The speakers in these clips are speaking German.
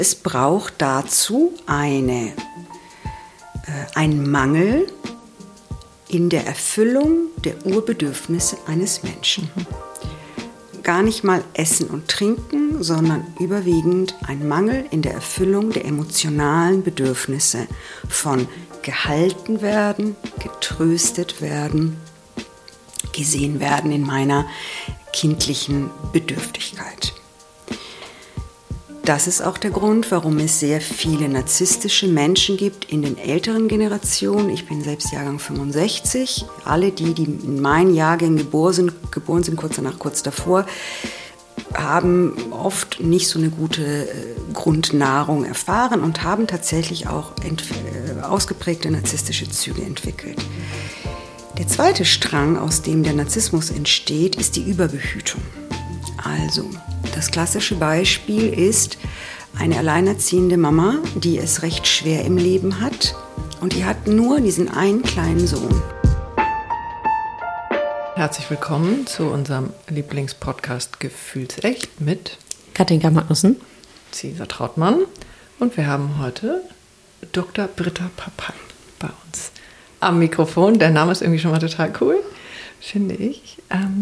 Es braucht dazu einen Mangel in der Erfüllung der Urbedürfnisse eines Menschen. Gar nicht mal Essen und Trinken, sondern überwiegend ein Mangel in der Erfüllung der emotionalen Bedürfnisse von gehalten werden, getröstet werden, gesehen werden in meiner kindlichen Bedürftigkeit. Das ist auch der Grund, warum es sehr viele narzisstische Menschen gibt in den älteren Generationen. Ich bin selbst Jahrgang 65. Alle, die in meinen Jahrgängen geboren sind, kurz danach, kurz davor, haben oft nicht so eine gute Grundnahrung erfahren und haben tatsächlich auch ausgeprägte narzisstische Züge entwickelt. Der zweite Strang, aus dem der Narzissmus entsteht, ist die Überbehütung. Also, das klassische Beispiel ist eine alleinerziehende Mama, die es recht schwer im Leben hat und die hat nur diesen einen kleinen Sohn. Herzlich willkommen zu unserem Lieblingspodcast Gefühlsecht mit Katinka Magnussen, Cäsar Trautmann und wir haben heute Dr. Britta Papay bei uns am Mikrofon. Der Name ist irgendwie schon mal total cool, finde ich.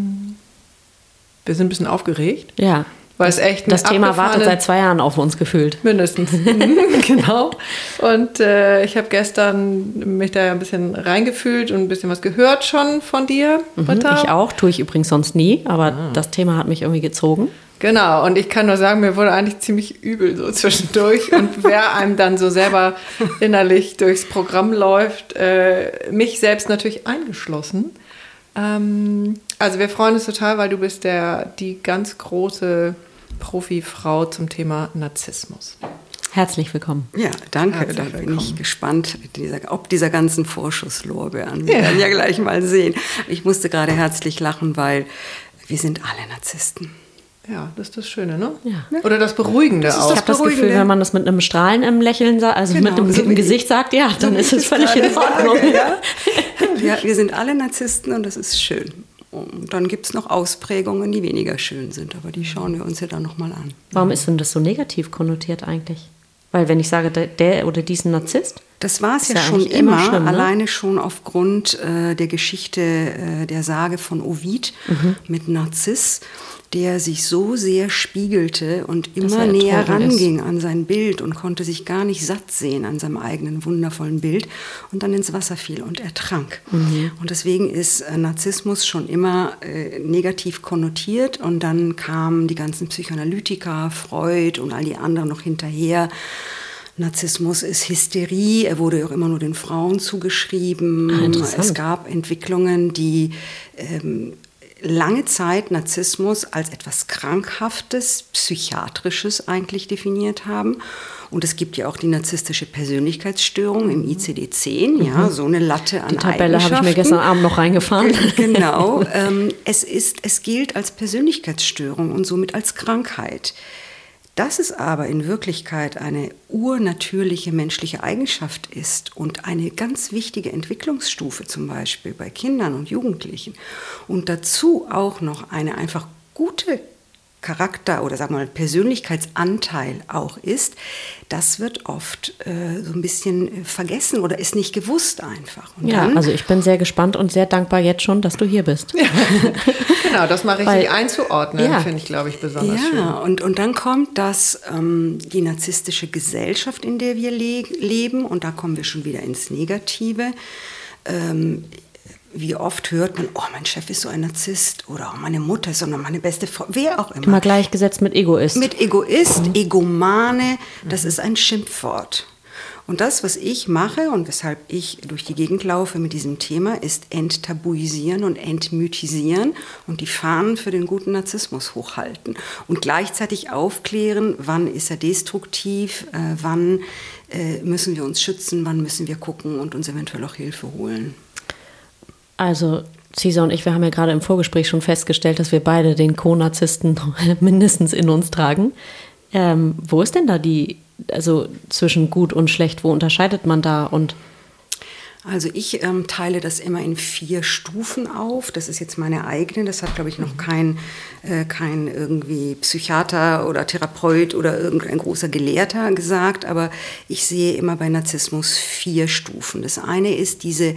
Wir sind ein bisschen aufgeregt. Ja. Weil es echt das Thema wartet seit 2 Jahren auf uns gefühlt. Mindestens. Genau. Und ich habe gestern mich da ein bisschen reingefühlt und ein bisschen was gehört schon von dir, Britta. Ich auch, tue ich übrigens sonst nie, aber das Thema hat mich irgendwie gezogen. Genau, und ich kann nur sagen, mir wurde eigentlich ziemlich übel so zwischendurch. Und wer einem dann so selber innerlich durchs Programm läuft, mich selbst natürlich eingeschlossen. Also wir freuen uns total, weil du bist die ganz große Profifrau zum Thema Narzissmus. Herzlich willkommen. Ja, danke. Da bin ich gespannt, ob dieser ganzen Vorschusslorbeeren. Wir werden ja gleich mal sehen. Ich musste gerade herzlich lachen, weil wir sind alle Narzissten. Ja, das ist das Schöne, ne? Ja. Oder das Beruhigende auch. Ich habe das Gefühl, wenn man das mit einem Strahlenden im Lächeln sagt, also mit einem im Gesicht sagt, ja, dann ist es völlig in Ordnung. Ja, wir sind alle Narzissten und das ist schön. Und dann gibt es noch Ausprägungen, die weniger schön sind, aber die schauen wir uns ja dann nochmal an. Warum ist denn das so negativ konnotiert eigentlich? Weil wenn ich sage, der oder diesen Narzisst, das war es ja schon immer, schlimm, ne? Alleine schon aufgrund der Geschichte der Sage von Ovid mit Narziss, der sich so sehr spiegelte und immer näher ranging an sein Bild und konnte sich gar nicht satt sehen an seinem eigenen wundervollen Bild und dann ins Wasser fiel und ertrank. Und deswegen ist Narzissmus schon immer negativ konnotiert und dann kamen die ganzen Psychoanalytiker, Freud und all die anderen noch hinterher. Narzissmus ist Hysterie, er wurde auch immer nur den Frauen zugeschrieben. Es gab Entwicklungen, die lange Zeit Narzissmus als etwas Krankhaftes, Psychiatrisches eigentlich definiert haben. Und es gibt ja auch die narzisstische Persönlichkeitsstörung im ICD-10, ja, so eine Latte an Eigenschaften. Die Tabelle habe ich mir gestern Abend noch reingefahren. Genau, es gilt als Persönlichkeitsstörung und somit als Krankheit. Dass es aber in Wirklichkeit eine urnatürliche menschliche Eigenschaft ist und eine ganz wichtige Entwicklungsstufe zum Beispiel bei Kindern und Jugendlichen und dazu auch noch eine einfach gute Charakter- oder sagen wir mal Persönlichkeitsanteil auch ist, das wird oft so ein bisschen vergessen oder ist nicht gewusst einfach. Und ja, also ich bin sehr gespannt und sehr dankbar jetzt schon, dass du hier bist. Ja. Genau, das mal richtig einzuordnen, finde ich, glaube ich, besonders schön. Ja, und dann kommt die narzisstische Gesellschaft, in der wir leben, und da kommen wir schon wieder ins Negative. Wie oft hört man, oh, mein Chef ist so ein Narzisst oder oh, meine Mutter ist so meine beste Frau, wer auch immer. Immer gleichgesetzt mit Egoist. Mit Egoist, Egomane, das ist ein Schimpfwort. Und das, was ich mache und weshalb ich durch die Gegend laufe mit diesem Thema, ist enttabuisieren und entmythisieren und die Fahnen für den guten Narzissmus hochhalten. Und gleichzeitig aufklären, wann ist er destruktiv, wann müssen wir uns schützen, wann müssen wir gucken und uns eventuell auch Hilfe holen. Also Cäsar und ich, wir haben ja gerade im Vorgespräch schon festgestellt, dass wir beide den Co-Narzissten mindestens in uns tragen. Wo ist denn da also zwischen gut und schlecht, wo unterscheidet man da? Und Also ich teile das immer in 4 Stufen auf. Das ist jetzt meine eigene. Das hat, glaube ich, noch kein irgendwie Psychiater oder Therapeut oder irgendein großer Gelehrter gesagt. Aber ich sehe immer bei Narzissmus 4 Stufen. Das eine ist dieser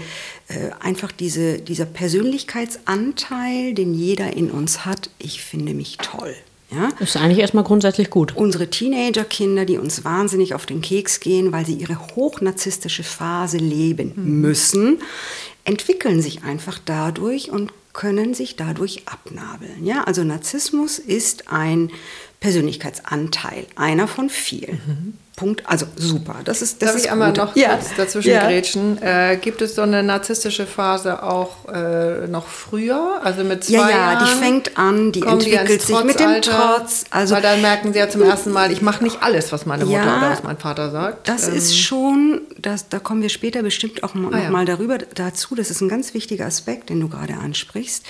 Persönlichkeitsanteil, den jeder in uns hat. Ich finde mich toll. Ja? Das ist eigentlich erstmal grundsätzlich gut. Unsere Teenagerkinder, die uns wahnsinnig auf den Keks gehen, weil sie ihre hochnarzisstische Phase leben müssen, entwickeln sich einfach dadurch und können sich dadurch abnabeln. Ja? Also Narzissmus ist ein Persönlichkeitsanteil, einer von vielen. Punkt, also super. Das ist Darf ich einmal noch kurz dazwischen grätschen? Gibt es so eine narzisstische Phase auch noch früher, also mit 2 Jahren? Ja, die fängt an, die entwickelt sich mit dem Trotz. Also, weil dann merken sie ja zum ersten Mal, ich mache nicht alles, was meine Mutter oder was mein Vater sagt. Das ist schon, da kommen wir später bestimmt auch noch mal dazu. Das ist ein ganz wichtiger Aspekt, den du gerade ansprichst.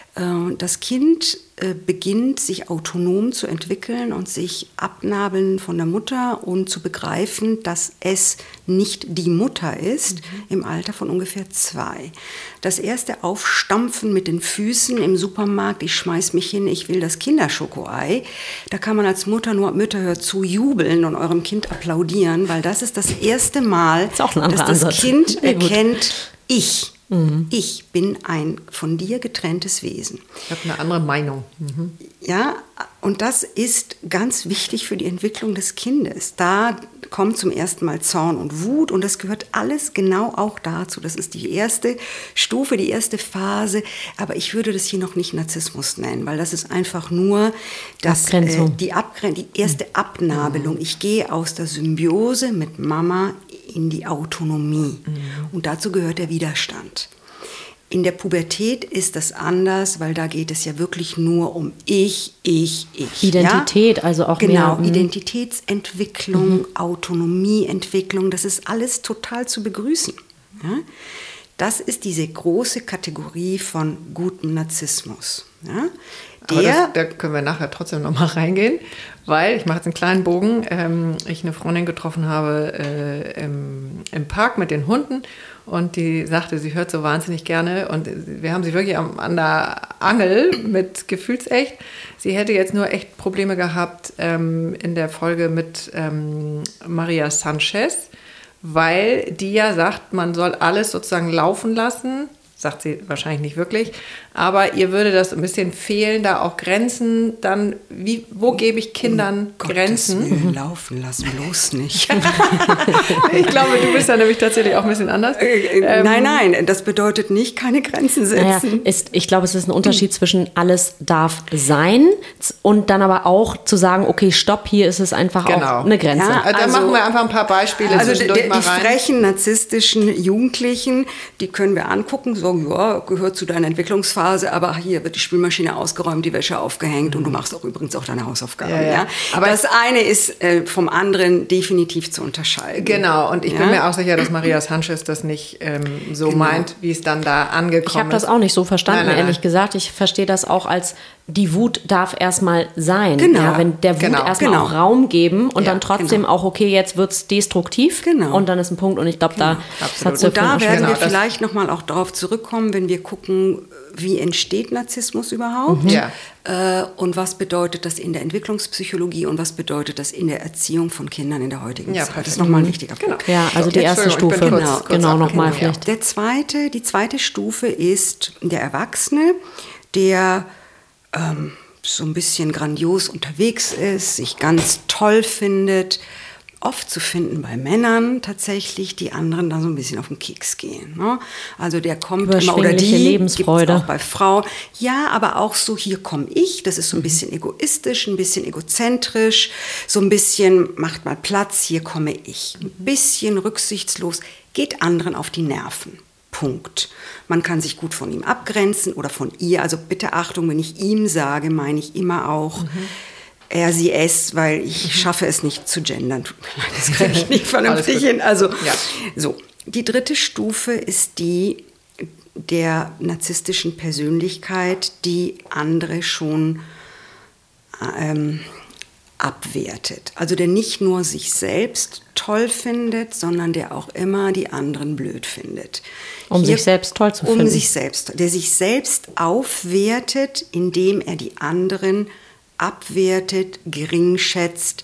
Das Kind beginnt, sich autonom zu entwickeln und sich abnabeln von der Mutter und zu begreifen, dass es nicht die Mutter ist, im Alter von ungefähr 2. Das erste Aufstampfen mit den Füßen im Supermarkt, ich schmeiß mich hin, ich will das Kinderschokoei, da kann man als Mutter nur, Mütter hört zu, jubeln und eurem Kind applaudieren, weil das ist das erste Mal, dass das Kind erkennt, ich bin ein von dir getrenntes Wesen. Ich habe eine andere Meinung. Ja, und das ist ganz wichtig für die Entwicklung des Kindes. Da kommt zum ersten Mal Zorn und Wut und das gehört alles genau auch dazu. Das ist die erste Stufe, die erste Phase. Aber ich würde das hier noch nicht Narzissmus nennen, weil das ist einfach nur die erste Abnabelung. Ich gehe aus der Symbiose mit Mama in die Autonomie. Und dazu gehört der Widerstand. In der Pubertät ist das anders, weil da geht es ja wirklich nur um ich. Identität, also auch genau, mehr. Identitätsentwicklung, Autonomieentwicklung, das ist alles total zu begrüßen. Ja? Das ist diese große Kategorie von gutem Narzissmus. Ja? Aber da können wir nachher trotzdem noch mal reingehen, weil, ich mache jetzt einen kleinen Bogen, ich eine Freundin getroffen habe im Park mit den Hunden und die sagte, sie hört so wahnsinnig gerne und wir haben sie wirklich an der Angel mit Gefühlsecht. Sie hätte jetzt nur echt Probleme gehabt in der Folge mit Maria Sanchez, weil die ja sagt, man soll alles sozusagen laufen lassen. Sagt sie wahrscheinlich nicht wirklich, aber ihr würde das ein bisschen fehlen, da auch Grenzen, dann, wo gebe ich Kindern Grenzen? Laufen lassen, bloß nicht. Ich glaube, du bist da nämlich tatsächlich auch ein bisschen anders. Nein, das bedeutet nicht, keine Grenzen setzen. Naja, ich glaube, es ist ein Unterschied zwischen alles darf sein und dann aber auch zu sagen, okay, stopp, hier ist es einfach auch eine Grenze. Ja, da machen wir einfach ein paar Beispiele zwischendurch mal rein. Die frechen, narzisstischen Jugendlichen, die können wir angucken, so, ja, gehört zu deiner Entwicklungsphase, aber hier wird die Spülmaschine ausgeräumt, die Wäsche aufgehängt und du machst auch übrigens auch deine Hausaufgaben. Ja. Aber das eine ist vom anderen definitiv zu unterscheiden. Genau, und ich bin mir auch sicher, dass Maria Sanchez das nicht so meint, wie es dann da angekommen ist. Ich habe das auch nicht so verstanden, ehrlich gesagt. Ich verstehe das auch als, die Wut darf erstmal sein. Genau. Ja, wenn der Wut erstmal auch Raum geben und dann trotzdem auch, okay, jetzt wird es destruktiv und dann ist ein Punkt und ich glaube, da hat und da werden wir vielleicht nochmal auch darauf zurückkommen, wenn wir gucken, wie entsteht Narzissmus überhaupt und was bedeutet das in der Entwicklungspsychologie und was bedeutet das in der Erziehung von Kindern in der heutigen Zeit. Das ist nochmal ein wichtiger Punkt. Ja, also die erste Stufe. Genau, nochmal vielleicht. Die zweite Stufe ist der Erwachsene, der so ein bisschen grandios unterwegs ist, sich ganz toll findet, oft zu finden bei Männern tatsächlich, die anderen da so ein bisschen auf den Keks gehen. Ne? Also der kommt immer, oder die Lebensfreude. Gibt's auch bei Frauen. Ja, aber auch so, hier komme ich, das ist so ein bisschen egoistisch, ein bisschen egozentrisch, so ein bisschen, macht mal Platz, hier komme ich. Ein bisschen rücksichtslos, geht anderen auf die Nerven. Punkt. Man kann sich gut von ihm abgrenzen oder von ihr. Also bitte Achtung, wenn ich ihm sage, meine ich immer auch er, sie, es, weil ich schaffe es nicht zu gendern. Tut mir leid, das kriege ich nicht vernünftig hin. Also, so. Die dritte Stufe ist die der narzisstischen Persönlichkeit, die andere schon abwertet. Also der nicht nur sich selbst toll findet, sondern der auch immer die anderen blöd findet. Sich selbst toll zu finden. Der sich selbst aufwertet, indem er die anderen abwertet, geringschätzt.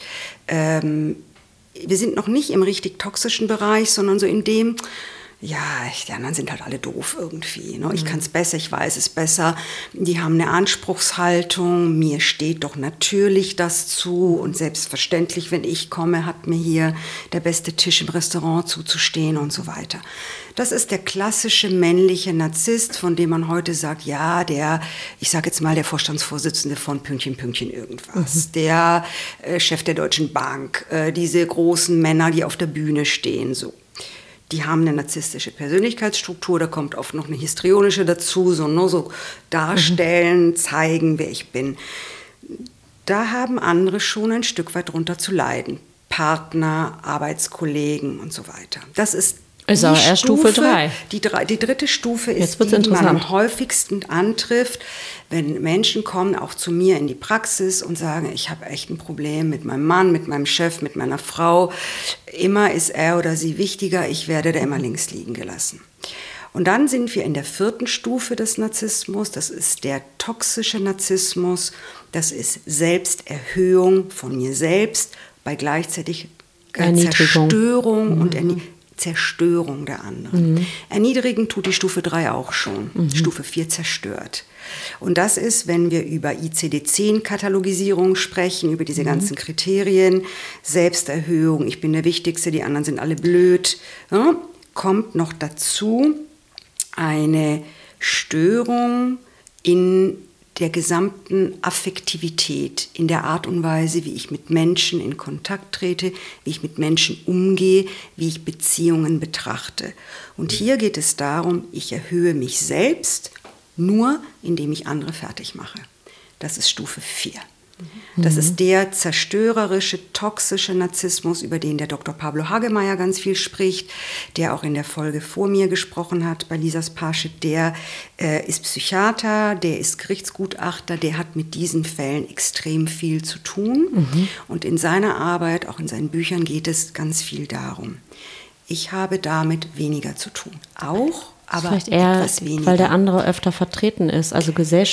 Wir sind noch nicht im richtig toxischen Bereich, sondern so in dem, ja, die anderen sind halt alle doof irgendwie. Ne? Ich kann es besser, ich weiß es besser. Die haben eine Anspruchshaltung, mir steht doch natürlich das zu. Und selbstverständlich, wenn ich komme, hat mir hier der beste Tisch im Restaurant zuzustehen und so weiter. Das ist der klassische männliche Narzisst, von dem man heute sagt, ja, ich sage jetzt mal, der Vorstandsvorsitzende von Pünktchen, Pünktchen irgendwas, der Chef der Deutschen Bank, diese großen Männer, die auf der Bühne stehen, so. Die haben eine narzisstische Persönlichkeitsstruktur, da kommt oft noch eine histrionische dazu, so darstellen, zeigen, wer ich bin. Da haben andere schon ein Stück weit drunter zu leiden. Partner, Arbeitskollegen und so weiter. Das ist aber erst Stufe 3. Die dritte Stufe ist die man am häufigsten antrifft, wenn Menschen kommen auch zu mir in die Praxis und sagen, ich habe echt ein Problem mit meinem Mann, mit meinem Chef, mit meiner Frau. Immer ist er oder sie wichtiger, ich werde da immer links liegen gelassen. Und dann sind wir in der 4. Stufe des Narzissmus, das ist der toxische Narzissmus, das ist Selbsterhöhung von mir selbst bei gleichzeitig Zerstörung und Zerstörung der anderen. Erniedrigen tut die Stufe 3 auch schon. Stufe 4 zerstört. Und das ist, wenn wir über ICD-10-Katalogisierung sprechen, über diese ganzen Kriterien, Selbsterhöhung, ich bin der Wichtigste, die anderen sind alle blöd, ja, kommt noch dazu eine Störung in der gesamten Affektivität, in der Art und Weise, wie ich mit Menschen in Kontakt trete, wie ich mit Menschen umgehe, wie ich Beziehungen betrachte. Und hier geht es darum, ich erhöhe mich selbst nur, indem ich andere fertig mache. Das ist Stufe 4. Das ist der zerstörerische, toxische Narzissmus, über den der Dr. Pablo Hagemeyer ganz viel spricht, der auch in der Folge vor mir gesprochen hat, bei Lisa Sparship. Der ist Psychiater, der ist Gerichtsgutachter, der hat mit diesen Fällen extrem viel zu tun. Und in seiner Arbeit, auch in seinen Büchern, geht es ganz viel darum. Ich habe damit weniger zu tun. Auch, aber vielleicht eher, etwas weniger. Weil der andere öfter vertreten ist, also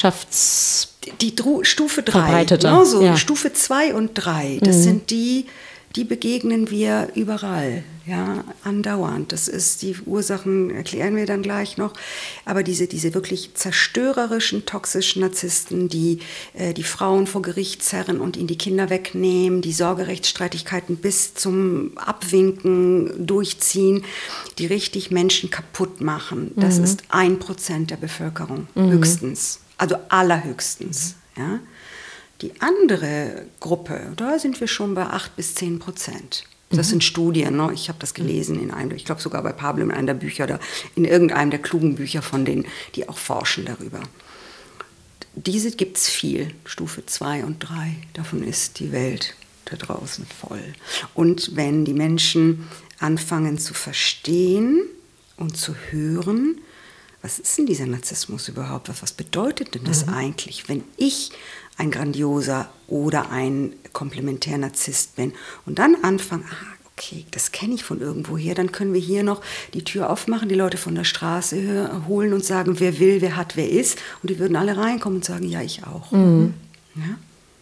Die Stufe 3, ne, so ja. Stufe 2 und 3, das sind die begegnen wir überall, ja, andauernd. Das ist, die Ursachen erklären wir dann gleich noch, aber diese wirklich zerstörerischen, toxischen Narzissten, die die Frauen vor Gericht zerren und ihnen die Kinder wegnehmen, die Sorgerechtsstreitigkeiten bis zum Abwinken durchziehen, die richtig Menschen kaputt machen, das ist 1% der Bevölkerung, höchstens, also allerhöchstens, ja. Die andere Gruppe, da sind wir schon bei 8-10%. Das sind Studien, ne? Ich habe das gelesen in einem, ich glaube sogar bei Pablo in einem der Bücher oder in irgendeinem der klugen Bücher von denen, die auch forschen darüber. Diese gibt es viel, Stufe 2 und 3, davon ist die Welt da draußen voll. Und wenn die Menschen anfangen zu verstehen und zu hören, was ist denn dieser Narzissmus überhaupt? Was bedeutet denn das eigentlich, wenn ich ein grandioser oder ein Komplementär-Narzisst bin? Und dann anfangen, okay, das kenne ich von irgendwoher, dann können wir hier noch die Tür aufmachen, die Leute von der Straße holen und sagen, wer will, wer hat, wer ist. Und die würden alle reinkommen und sagen, ja, ich auch. Ja?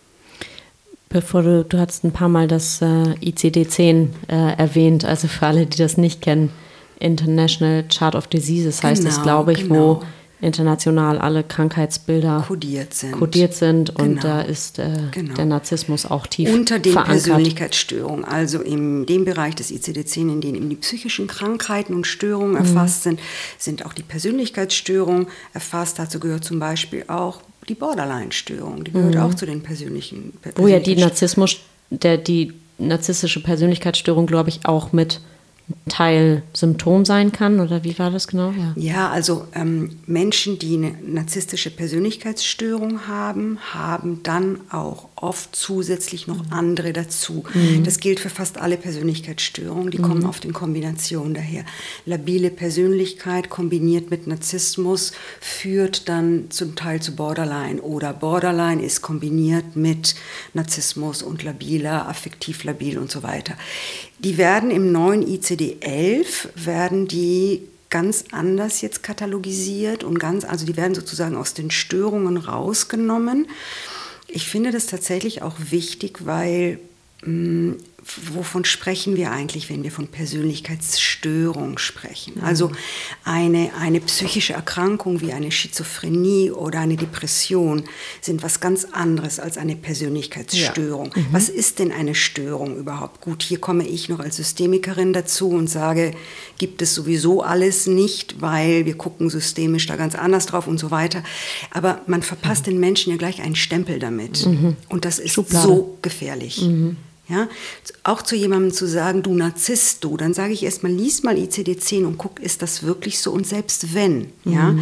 Bevor du hattest ein paar Mal das ICD-10 erwähnt, also für alle, die das nicht kennen, International Chart of Diseases heißt es, glaube ich, wo international alle Krankheitsbilder kodiert sind und da ist der Narzissmus auch tief unter den verankert. Persönlichkeitsstörungen, also in dem Bereich des ICD-10, in dem eben die psychischen Krankheiten und Störungen erfasst sind auch die Persönlichkeitsstörungen erfasst. Dazu gehört zum Beispiel auch die Borderline-Störung, die gehört auch zu den persönlichen wo ja die narzisstische Persönlichkeitsstörung, glaube ich, auch mit Teil Symptom sein kann, oder wie war das genau? Ja, also Menschen, die eine narzisstische Persönlichkeitsstörung haben, haben dann auch oft zusätzlich noch andere dazu. Das gilt für fast alle Persönlichkeitsstörungen, die kommen oft in Kombination daher. Labile Persönlichkeit kombiniert mit Narzissmus führt dann zum Teil zu Borderline, oder Borderline ist kombiniert mit Narzissmus und labiler, affektiv labil und so weiter. Die werden im neuen ICD-11, werden die ganz anders jetzt katalogisiert und also die werden sozusagen aus den Störungen rausgenommen. Ich finde das tatsächlich auch wichtig, weil wovon sprechen wir eigentlich, wenn wir von Persönlichkeitsstörung sprechen? Also eine psychische Erkrankung wie eine Schizophrenie oder eine Depression sind was ganz anderes als eine Persönlichkeitsstörung. Ja. Was ist denn eine Störung überhaupt? Gut, hier komme ich noch als Systemikerin dazu und sage, gibt es sowieso alles nicht, weil wir gucken systemisch da ganz anders drauf und so weiter. Aber man verpasst den Menschen ja gleich einen Stempel damit. Und das ist so gefährlich. Ja, auch zu jemandem zu sagen, du Narzisst, du, dann sage ich erstmal, lies mal ICD-10 und guck, ist das wirklich so? Und selbst wenn,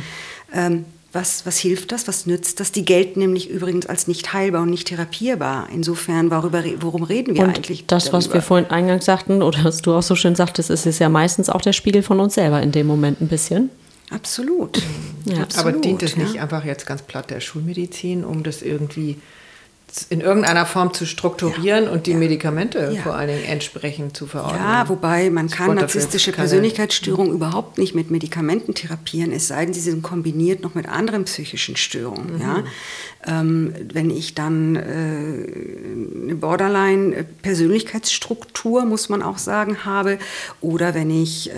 was hilft das, was nützt das? Die gelten nämlich übrigens als nicht heilbar und nicht therapierbar. Insofern, worum reden wir eigentlich? Und das, was wir vorhin eingangs sagten, oder was du auch so schön sagtest, ist es ja meistens auch der Spiegel von uns selber in dem Moment ein bisschen. Absolut. Ja. Absolut. Aber dient es nicht einfach jetzt ganz platt der Schulmedizin, um das irgendwie in irgendeiner Form zu strukturieren und die Medikamente vor allen Dingen entsprechend zu verordnen? Ja, wobei man kann narzisstische Persönlichkeitsstörungen überhaupt nicht mit Medikamenten therapieren, es sei denn, sie sind kombiniert noch mit anderen psychischen Störungen. Ja? Wenn ich dann eine Borderline-Persönlichkeitsstruktur, muss man auch sagen, habe, oder wenn ich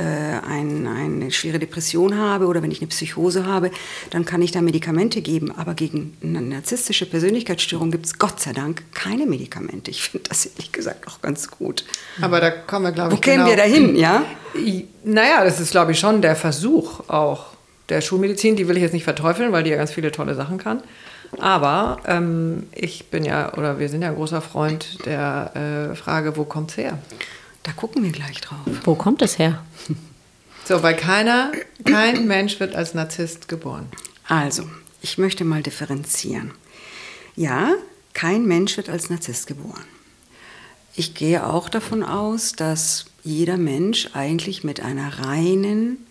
eine schwere Depression habe oder wenn ich eine Psychose habe, dann kann ich da Medikamente geben. Aber gegen eine narzisstische Persönlichkeitsstörung gibt es Gott sei Dank keine Medikamente. Ich finde das ehrlich gesagt auch ganz gut. Aber da kommen wir, glaube ich, Wo kämen wir dahin, ja? Naja, das ist, glaube ich, schon der Versuch auch der Schulmedizin. Die will ich jetzt nicht verteufeln, weil die ja ganz viele tolle Sachen kann. Aber wir sind ja ein großer Freund der Frage, wo kommt's her? Da gucken wir gleich drauf. Wo kommt es her? So, weil kein Mensch wird als Narzisst geboren. Also, ich möchte mal differenzieren. Ja, kein Mensch wird als Narzisst geboren. Ich gehe auch davon aus, dass jeder Mensch eigentlich mit einer reinen,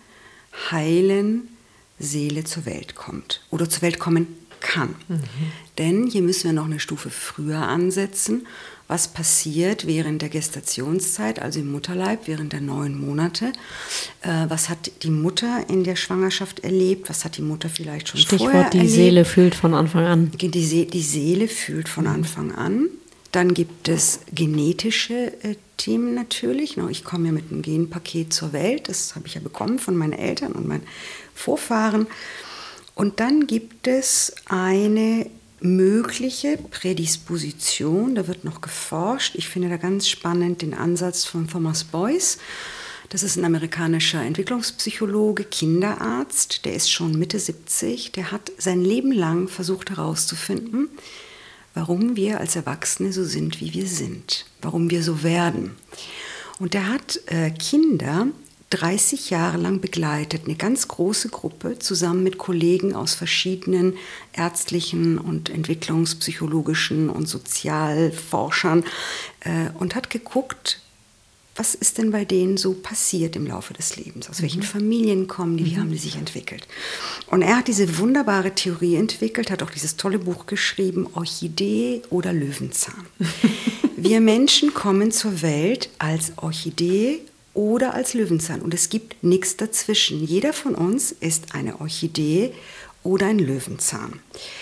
heilen Seele zur Welt kommt oder zur Welt kommen kann. Denn hier müssen wir noch eine Stufe früher ansetzen. Was passiert während der Gestationszeit, also im Mutterleib, während der 9 Monate? Was hat die Mutter in der Schwangerschaft erlebt? Was hat die Mutter vielleicht schon vorher erlebt? Stichwort, die Seele fühlt von Anfang an. Die Seele fühlt von Anfang an. Dann gibt es genetische Themen natürlich. Ich komme ja mit einem Genpaket zur Welt. Das habe ich ja bekommen von meinen Eltern und meinen Vorfahren. Und dann gibt es eine mögliche Prädisposition, da wird noch geforscht. Ich finde da ganz spannend den Ansatz von Thomas Boyce. Das ist ein amerikanischer Entwicklungspsychologe, Kinderarzt, der ist schon Mitte 70. Der hat sein Leben lang versucht herauszufinden, warum wir als Erwachsene so sind, wie wir sind, warum wir so werden. Und der hat Kinder 30 Jahre lang begleitet, eine ganz große Gruppe, zusammen mit Kollegen aus verschiedenen ärztlichen und entwicklungspsychologischen und Sozialforschern und hat geguckt, was ist denn bei denen so passiert im Laufe des Lebens? Aus welchen Familien kommen die? Wie haben die sich entwickelt? Und er hat diese wunderbare Theorie entwickelt, hat auch dieses tolle Buch geschrieben, Orchidee oder Löwenzahn. Wir Menschen kommen zur Welt als Orchidee oder als Löwenzahn. Und es gibt nichts dazwischen. Jeder von uns ist eine Orchidee oder ein Löwenzahn.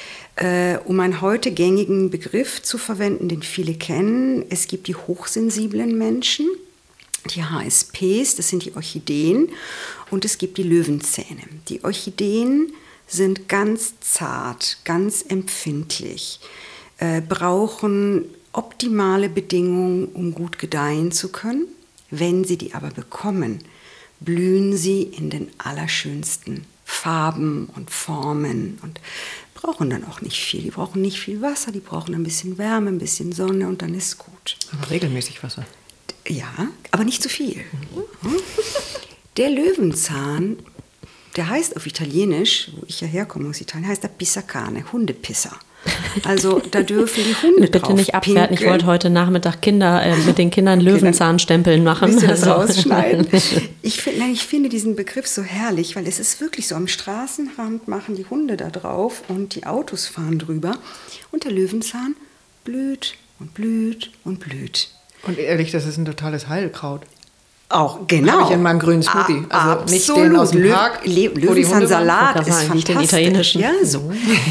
Um einen heute gängigen Begriff zu verwenden, den viele kennen, es gibt die hochsensiblen Menschen, die HSPs, das sind die Orchideen, und es gibt die Löwenzähne. Die Orchideen sind ganz zart, ganz empfindlich, brauchen optimale Bedingungen, um gut gedeihen zu können. Wenn sie die aber bekommen, blühen sie in den allerschönsten Farben und Formen und brauchen dann auch nicht viel. Die brauchen nicht viel Wasser, die brauchen ein bisschen Wärme, ein bisschen Sonne und dann ist gut. Aber regelmäßig Wasser. Ja, aber nicht zu viel. Der Löwenzahn, der heißt auf Italienisch, wo ich ja herkomme aus Italien, heißt der Pisacane, Hundepisser. Also da dürfen die Hunde bitte nicht abwerten. Ich wollte heute Nachmittag mit den Kindern Löwenzahnstempeln machen. Willst du das rausschneiden? Ich finde diesen Begriff so herrlich, weil es ist wirklich so, am Straßenrand machen die Hunde da drauf und die Autos fahren drüber und der Löwenzahn blüht und blüht und blüht. Und ehrlich, das ist ein totales Heilkraut. Auch, genau. Habe ich in meinem grünen Smoothie. Also absolut. Nicht den aus dem Park. Löwenzahnsalat ist fantastisch. Den italienischen. Ja, so.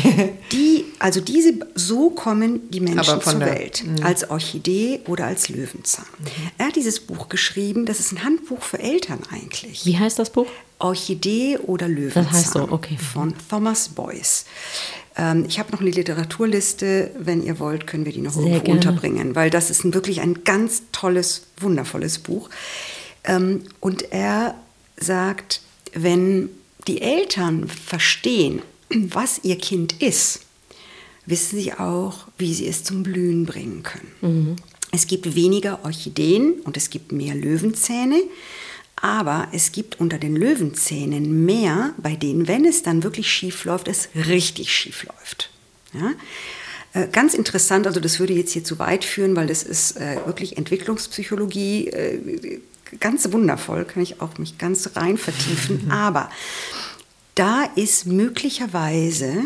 So kommen die Menschen zur Welt. Als Orchidee oder als Löwenzahn. Er hat dieses Buch geschrieben, das ist ein Handbuch für Eltern eigentlich. Wie heißt das Buch? Orchidee oder Löwenzahn. Das heißt so, okay. Von Thomas Boyce. Ich habe noch eine Literaturliste, wenn ihr wollt, können wir die noch irgendwo unterbringen, weil das ist wirklich ein ganz tolles, wundervolles Buch. Und er sagt, wenn die Eltern verstehen, was ihr Kind ist, wissen sie auch, wie sie es zum Blühen bringen können. Mhm. Es gibt weniger Orchideen und es gibt mehr Löwenzähne, aber es gibt unter den Löwenzähnen mehr, bei denen, wenn es dann wirklich schief läuft, es richtig schief läuft. Ja? Ganz interessant, also das würde jetzt hier zu weit führen, weil das ist wirklich Entwicklungspsychologie, ganz wundervoll, kann ich auch mich ganz rein vertiefen, aber da ist möglicherweise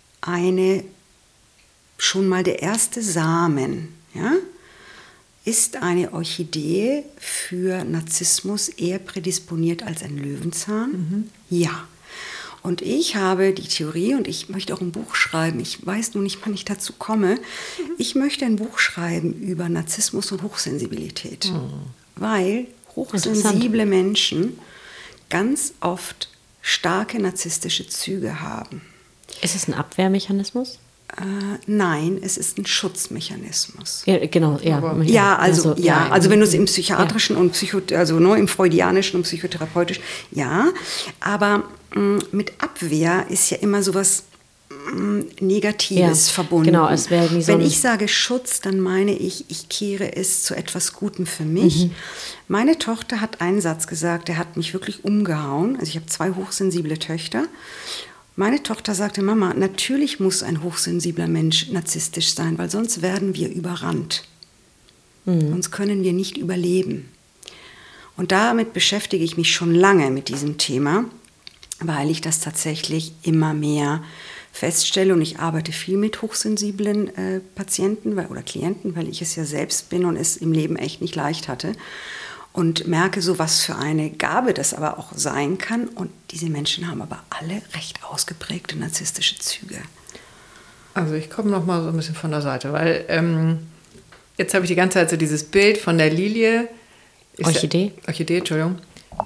schon mal der erste Samen, ja, ist eine Orchidee für Narzissmus eher prädisponiert als ein Löwenzahn? Mhm. Ja. Und ich habe die Theorie, und ich möchte auch ein Buch schreiben, ich weiß nur nicht, wann ich dazu komme, ich möchte ein Buch schreiben über Narzissmus und Hochsensibilität, weil hochsensible Menschen ganz oft starke narzisstische Züge haben. Ist es ein Abwehrmechanismus? Nein, es ist ein Schutzmechanismus. Ja, genau, ja. Also wenn du es im psychiatrischen und im freudianischen und psychotherapeutisch, ja, aber mit Abwehr ist ja immer sowas Negatives verbunden. Genau, es wäre wie so wenn ich sage Schutz, dann meine ich kehre es zu etwas Gutem für mich. Mhm. Meine Tochter hat einen Satz gesagt, der hat mich wirklich umgehauen. Also ich habe 2 hochsensible Töchter. Meine Tochter sagte, Mama, natürlich muss ein hochsensibler Mensch narzisstisch sein, weil sonst werden wir überrannt. Sonst können wir nicht überleben. Und damit beschäftige ich mich schon lange mit diesem Thema, weil ich das tatsächlich immer mehr feststelle. Und ich arbeite viel mit hochsensiblen Patienten oder Klienten, weil ich es ja selbst bin und es im Leben echt nicht leicht hatte. Und merke so, was für eine Gabe das aber auch sein kann. Und diese Menschen haben aber alle recht ausgeprägte narzisstische Züge. Also ich komme noch mal so ein bisschen von der Seite, weil jetzt habe ich die ganze Zeit so dieses Bild von der Lilie. Orchidee, Entschuldigung.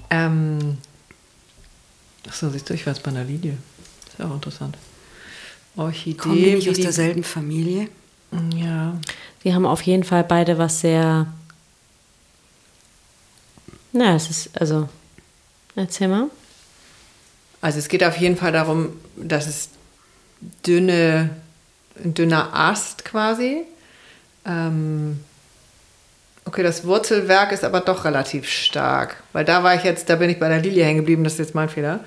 Achso, siehst du, ich war jetzt bei einer Lilie. Ist ja auch interessant. Orchidee. Kommen die nicht aus derselben Familie? Ja. Die haben auf jeden Fall beide was sehr... Na, es ist, also, erzähl mal. Also es geht auf jeden Fall darum, dass es ein dünner Ast quasi. Okay, das Wurzelwerk ist aber doch relativ stark, weil da bin ich bei der Lilie hängen geblieben, das ist jetzt mein Fehler.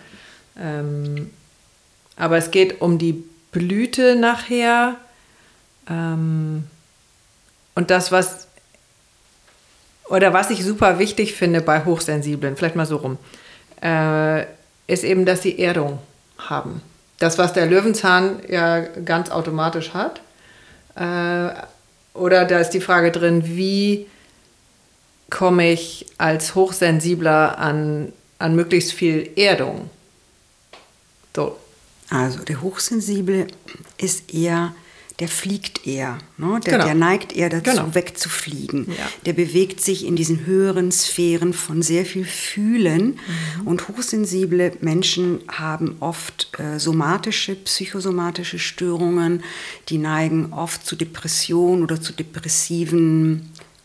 Aber es geht um die Blüte nachher und das, was ich super wichtig finde bei Hochsensiblen, vielleicht mal so rum, ist eben, dass sie Erdung haben. Das, was der Löwenzahn ja ganz automatisch hat. Oder da ist die Frage drin, wie komme ich als Hochsensibler an möglichst viel Erdung? So. Also der Hochsensible ist eher... Der fliegt eher, ne? Der neigt eher dazu, wegzufliegen. Ja. Der bewegt sich in diesen höheren Sphären von sehr viel Fühlen. Mhm. Und hochsensible Menschen haben oft psychosomatische Störungen. Die neigen oft zu Depressionen oder zu depressiven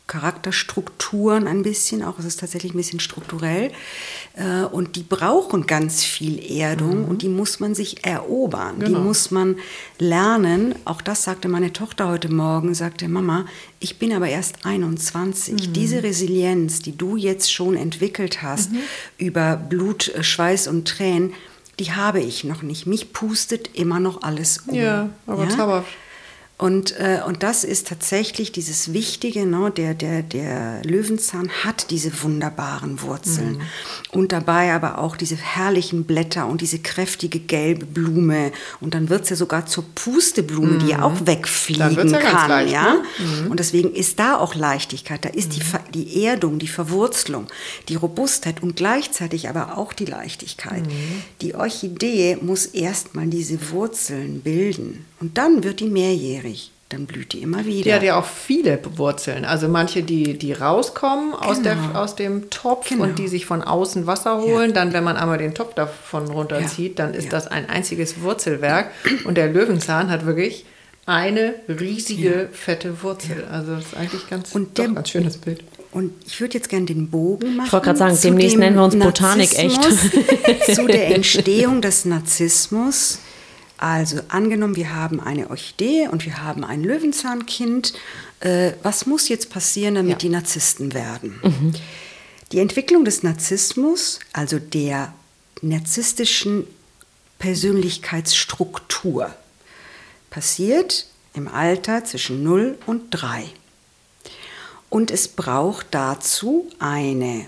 Charakterstrukturen ein bisschen, auch es ist tatsächlich ein bisschen strukturell. Und die brauchen ganz viel Erdung und die muss man sich erobern, die muss man lernen. Auch das sagte meine Tochter heute Morgen, sagte Mama, ich bin aber erst 21. Diese Resilienz, die du jetzt schon entwickelt hast über Blut, Schweiß und Tränen, die habe ich noch nicht. Mich pustet immer noch alles um. Ja, aber zauberhaft. Und das ist tatsächlich dieses Wichtige, ne? Der Löwenzahn hat diese wunderbaren Wurzeln und dabei aber auch diese herrlichen Blätter und diese kräftige gelbe Blume und dann wird es ja sogar zur Pusteblume, die ja auch wegfliegen kann. Ganz leicht, ja? Ne? Und deswegen ist da auch Leichtigkeit, da ist die Erdung, die Verwurzelung, die Robustheit und gleichzeitig aber auch die Leichtigkeit. Die Orchidee muss erstmal diese Wurzeln bilden und dann wird die mehrjährig. Dann blüht die immer wieder. Die hat ja auch viele Wurzeln. Also manche, die rauskommen aus dem Topf und die sich von außen Wasser holen. Ja. Dann, wenn man einmal den Topf davon runterzieht, dann ist das ein einziges Wurzelwerk. Und der Löwenzahn hat wirklich eine riesige, fette Wurzel. Also das ist eigentlich ganz schönes Bild. Und ich würde jetzt gerne den Bogen machen. Ich wollte gerade sagen, demnächst nennen wir uns Botanik echt. Zu der Entstehung des Narzissmus. Also angenommen, wir haben eine Orchidee und wir haben ein Löwenzahnkind. Was muss jetzt passieren, damit die Narzissten werden? Die Entwicklung des Narzissmus, also der narzisstischen Persönlichkeitsstruktur, passiert im Alter zwischen 0 und 3. Und es braucht dazu einen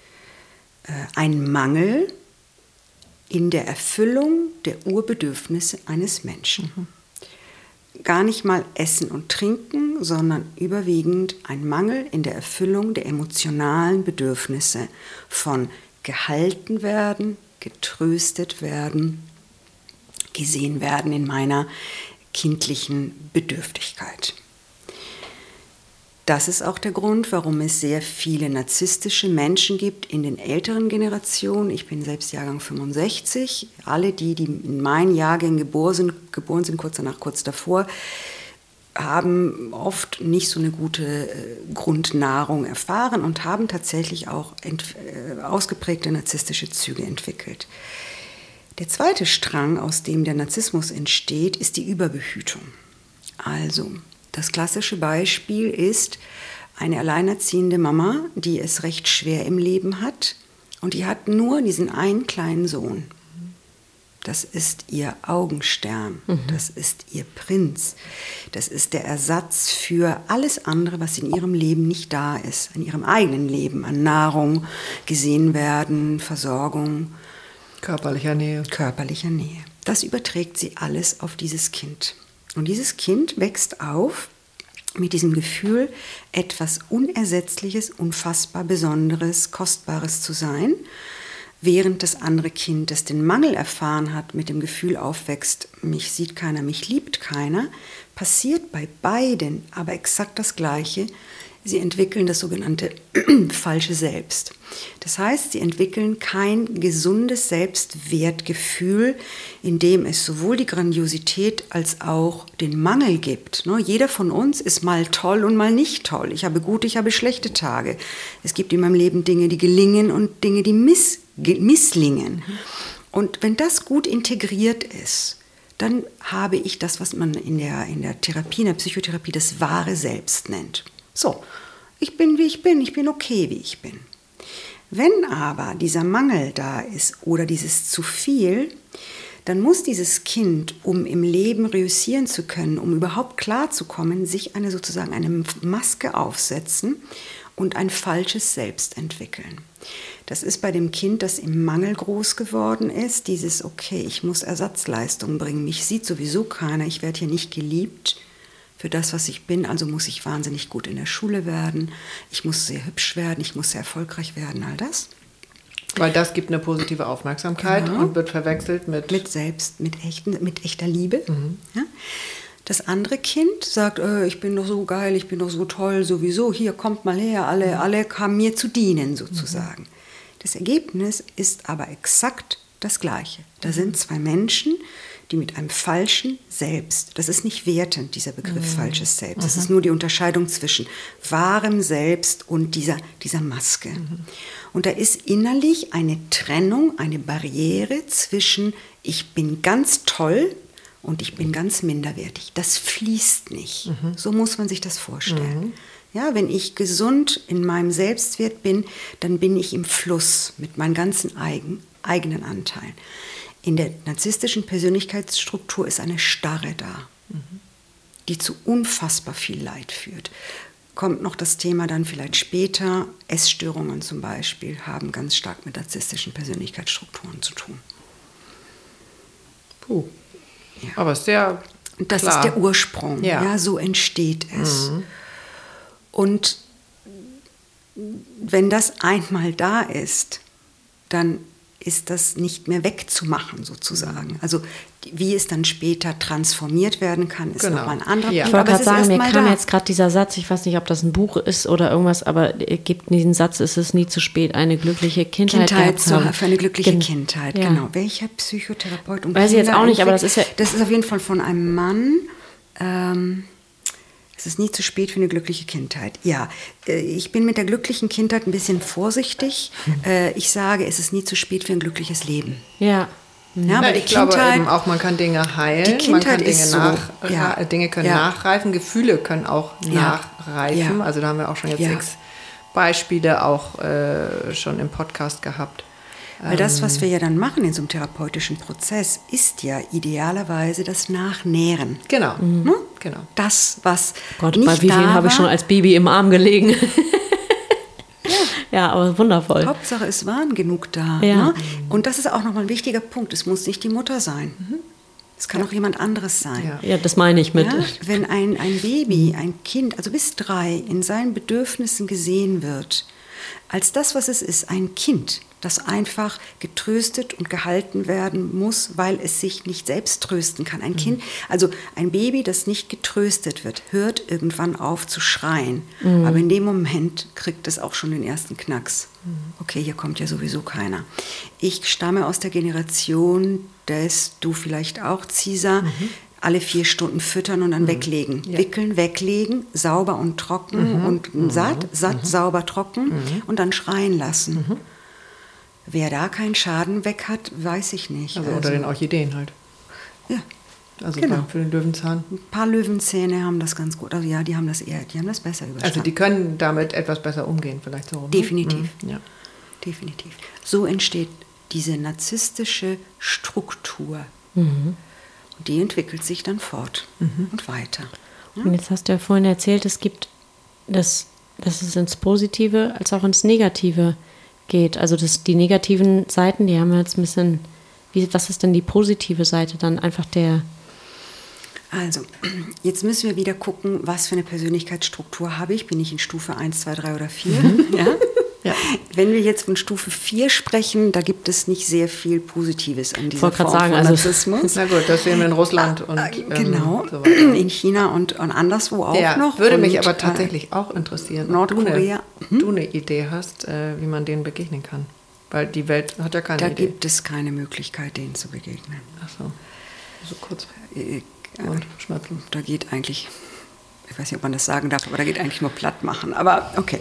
Mangel in der Erfüllung der Urbedürfnisse eines Menschen. Gar nicht mal Essen und Trinken, sondern überwiegend ein Mangel in der Erfüllung der emotionalen Bedürfnisse von gehalten werden, getröstet werden, gesehen werden in meiner kindlichen Bedürftigkeit. Das ist auch der Grund, warum es sehr viele narzisstische Menschen gibt in den älteren Generationen. Ich bin selbst Jahrgang 65. Alle, die in meinen Jahrgängen geboren sind kurz danach, kurz davor, haben oft nicht so eine gute Grundnahrung erfahren und haben tatsächlich auch ausgeprägte narzisstische Züge entwickelt. Der zweite Strang, aus dem der Narzissmus entsteht, ist die Überbehütung. Also das klassische Beispiel ist eine alleinerziehende Mama, die es recht schwer im Leben hat und die hat nur diesen einen kleinen Sohn. Das ist ihr Augenstern, das ist ihr Prinz, das ist der Ersatz für alles andere, was in ihrem Leben nicht da ist, in ihrem eigenen Leben, an Nahrung, gesehen werden, Versorgung. Körperlicher Nähe. Das überträgt sie alles auf dieses Kind. Und dieses Kind wächst auf mit diesem Gefühl, etwas Unersetzliches, unfassbar Besonderes, Kostbares zu sein, während das andere Kind, das den Mangel erfahren hat, mit dem Gefühl aufwächst, mich sieht keiner, mich liebt keiner, passiert bei beiden aber exakt das Gleiche. Sie entwickeln das sogenannte falsche Selbst. Das heißt, sie entwickeln kein gesundes Selbstwertgefühl, in dem es sowohl die Grandiosität als auch den Mangel gibt. Jeder von uns ist mal toll und mal nicht toll. Ich habe gute, ich habe schlechte Tage. Es gibt in meinem Leben Dinge, die gelingen und Dinge, die misslingen. Und wenn das gut integriert ist, dann habe ich das, was man in der Therapie, in der Psychotherapie das wahre Selbst nennt. So, ich bin, wie ich bin okay, wie ich bin. Wenn aber dieser Mangel da ist oder dieses zu viel, dann muss dieses Kind, um im Leben reüssieren zu können, um überhaupt klarzukommen, sich eine Maske aufsetzen und ein falsches Selbst entwickeln. Das ist bei dem Kind, das im Mangel groß geworden ist, dieses, okay, ich muss Ersatzleistungen bringen, mich sieht sowieso keiner, ich werde hier nicht geliebt für das, was ich bin, also muss ich wahnsinnig gut in der Schule werden, ich muss sehr hübsch werden, ich muss sehr erfolgreich werden, all das. Weil das gibt eine positive Aufmerksamkeit und wird verwechselt mit echter Liebe. Ja? Das andere Kind sagt, ich bin doch so geil, ich bin doch so toll, sowieso, hier kommt mal her, alle kamen mir zu dienen sozusagen. Das Ergebnis ist aber exakt das Gleiche. Da sind zwei Menschen, die mit einem falschen Selbst, das ist nicht wertend, dieser Begriff falsches Selbst, das ist nur die Unterscheidung zwischen wahrem Selbst und dieser Maske. Und da ist innerlich eine Trennung, eine Barriere zwischen ich bin ganz toll und ich bin ganz minderwertig. Das fließt nicht. So muss man sich das vorstellen. Ja, wenn ich gesund in meinem Selbstwert bin, dann bin ich im Fluss mit meinen ganzen eigenen Anteilen. In der narzisstischen Persönlichkeitsstruktur ist eine Starre da, die zu unfassbar viel Leid führt. Kommt noch das Thema dann vielleicht später, Essstörungen zum Beispiel haben ganz stark mit narzisstischen Persönlichkeitsstrukturen zu tun. Puh. Ja. Aber sehr Und das klar. ist der Ursprung, ja, so entsteht es. Und wenn das einmal da ist, dann ist das nicht mehr wegzumachen sozusagen. Also wie es dann später transformiert werden kann, ist nochmal ein anderer Punkt. Ich wollte gerade sagen, mir kam jetzt gerade dieser Satz, ich weiß nicht, ob das ein Buch ist oder irgendwas, aber es gibt diesen Satz, es ist nie zu spät, eine glückliche Kindheit zu haben. Für eine glückliche Kindheit, genau. Welcher Psychotherapeut? Weiß ich jetzt auch nicht, aber das ist ja... Das ist auf jeden Fall von einem Mann. Es ist nie zu spät für eine glückliche Kindheit. Ja, ich bin mit der glücklichen Kindheit ein bisschen vorsichtig. Ich sage, es ist nie zu spät für ein glückliches Leben. Ja. Ja, aber ich glaube eben auch, man kann Dinge heilen, die Kindheit Dinge können nachreifen, Gefühle können auch nachreifen. Also da haben wir auch schon jetzt 6 Beispiele auch schon im Podcast gehabt. Weil das, was wir ja dann machen in so einem therapeutischen Prozess, ist ja idealerweise das Nachnähren. Genau. Ne? Genau. Das, was Gott, nicht bei wie vielen habe ich schon als Baby im Arm gelegen? Ja, aber wundervoll. Hauptsache, es waren genug da. Ja. Ne? Und das ist auch nochmal ein wichtiger Punkt. Es muss nicht die Mutter sein. Es kann auch jemand anderes sein. Ja, das meine ich mit. Ja? Wenn ein Baby, ein Kind, also bis 3, in seinen Bedürfnissen gesehen wird, als das, was es ist, ein Kind, das einfach getröstet und gehalten werden muss, weil es sich nicht selbst trösten kann. Ein Kind, also ein Baby, das nicht getröstet wird, hört irgendwann auf zu schreien. Aber in dem Moment kriegt es auch schon den ersten Knacks. Okay, hier kommt ja sowieso keiner. Ich stamme aus der Generation des, du vielleicht auch, Cisa, alle 4 Stunden füttern und dann weglegen. Ja. Wickeln, weglegen, sauber und trocken und satt, sauber, trocken und dann schreien lassen. Wer da keinen Schaden weg hat, weiß ich nicht. Also unter den Orchideen halt. Ja. Also genau. Für den Löwenzahn. Ein paar Löwenzähne haben das ganz gut. Also ja, die haben das besser überstanden. Also die können damit etwas besser umgehen, vielleicht so. Definitiv. Ja. Definitiv. So entsteht diese narzisstische Struktur. Und die entwickelt sich dann fort und weiter. Ja? Und jetzt hast du ja vorhin erzählt, es gibt, dass es ins Positive als auch ins Negative geht. Also die negativen Seiten, die haben wir jetzt ein bisschen, was ist denn die positive Seite dann? Einfach der... Also, jetzt müssen wir wieder gucken, was für eine Persönlichkeitsstruktur habe ich. Bin ich in Stufe 1, 2, 3 oder 4? Ja? Ja. Wenn wir jetzt von Stufe 4 sprechen, da gibt es nicht sehr viel Positives an dieser Form von Narzissmus. Na gut, das sehen wir in Russland und genau, so weiter. In China und anderswo auch noch. Würde mich aber tatsächlich auch interessieren, Nordkorea. Ob du eine Idee hast, wie man denen begegnen kann. Weil die Welt hat ja keine Idee. Da gibt es keine Möglichkeit, denen zu begegnen. Ach so kurz und schmerzlos. Da geht eigentlich, ich weiß nicht, ob man das sagen darf, aber da geht eigentlich nur platt machen. Aber okay.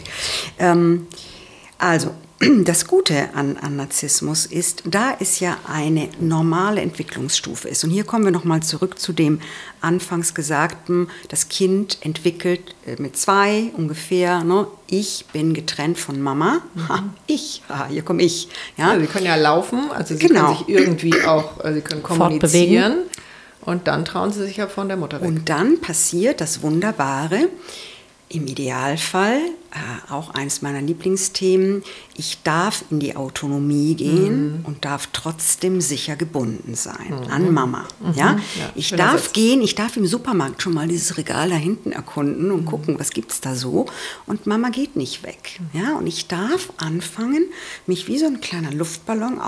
Also, das Gute an Narzissmus ist, da es ja eine normale Entwicklungsstufe ist. Und hier kommen wir nochmal zurück zu dem anfangs Gesagten, das Kind entwickelt mit 2 ungefähr, ne, ich bin getrennt von Mama, hier komme ich. Ja? Also sie können ja laufen, also sie können sich irgendwie auch, sie können kommunizieren und dann trauen sie sich ja von der Mutter weg. Und dann passiert das Wunderbare, im Idealfall, auch eines meiner Lieblingsthemen, ich darf in die Autonomie gehen und darf trotzdem sicher gebunden sein an Mama. Ja? Ich darf gehen, ich darf im Supermarkt schon mal dieses Regal da hinten erkunden und gucken, was gibt es da so. Und Mama geht nicht weg. Ja? Und ich darf anfangen, mich wie so ein kleiner Luftballon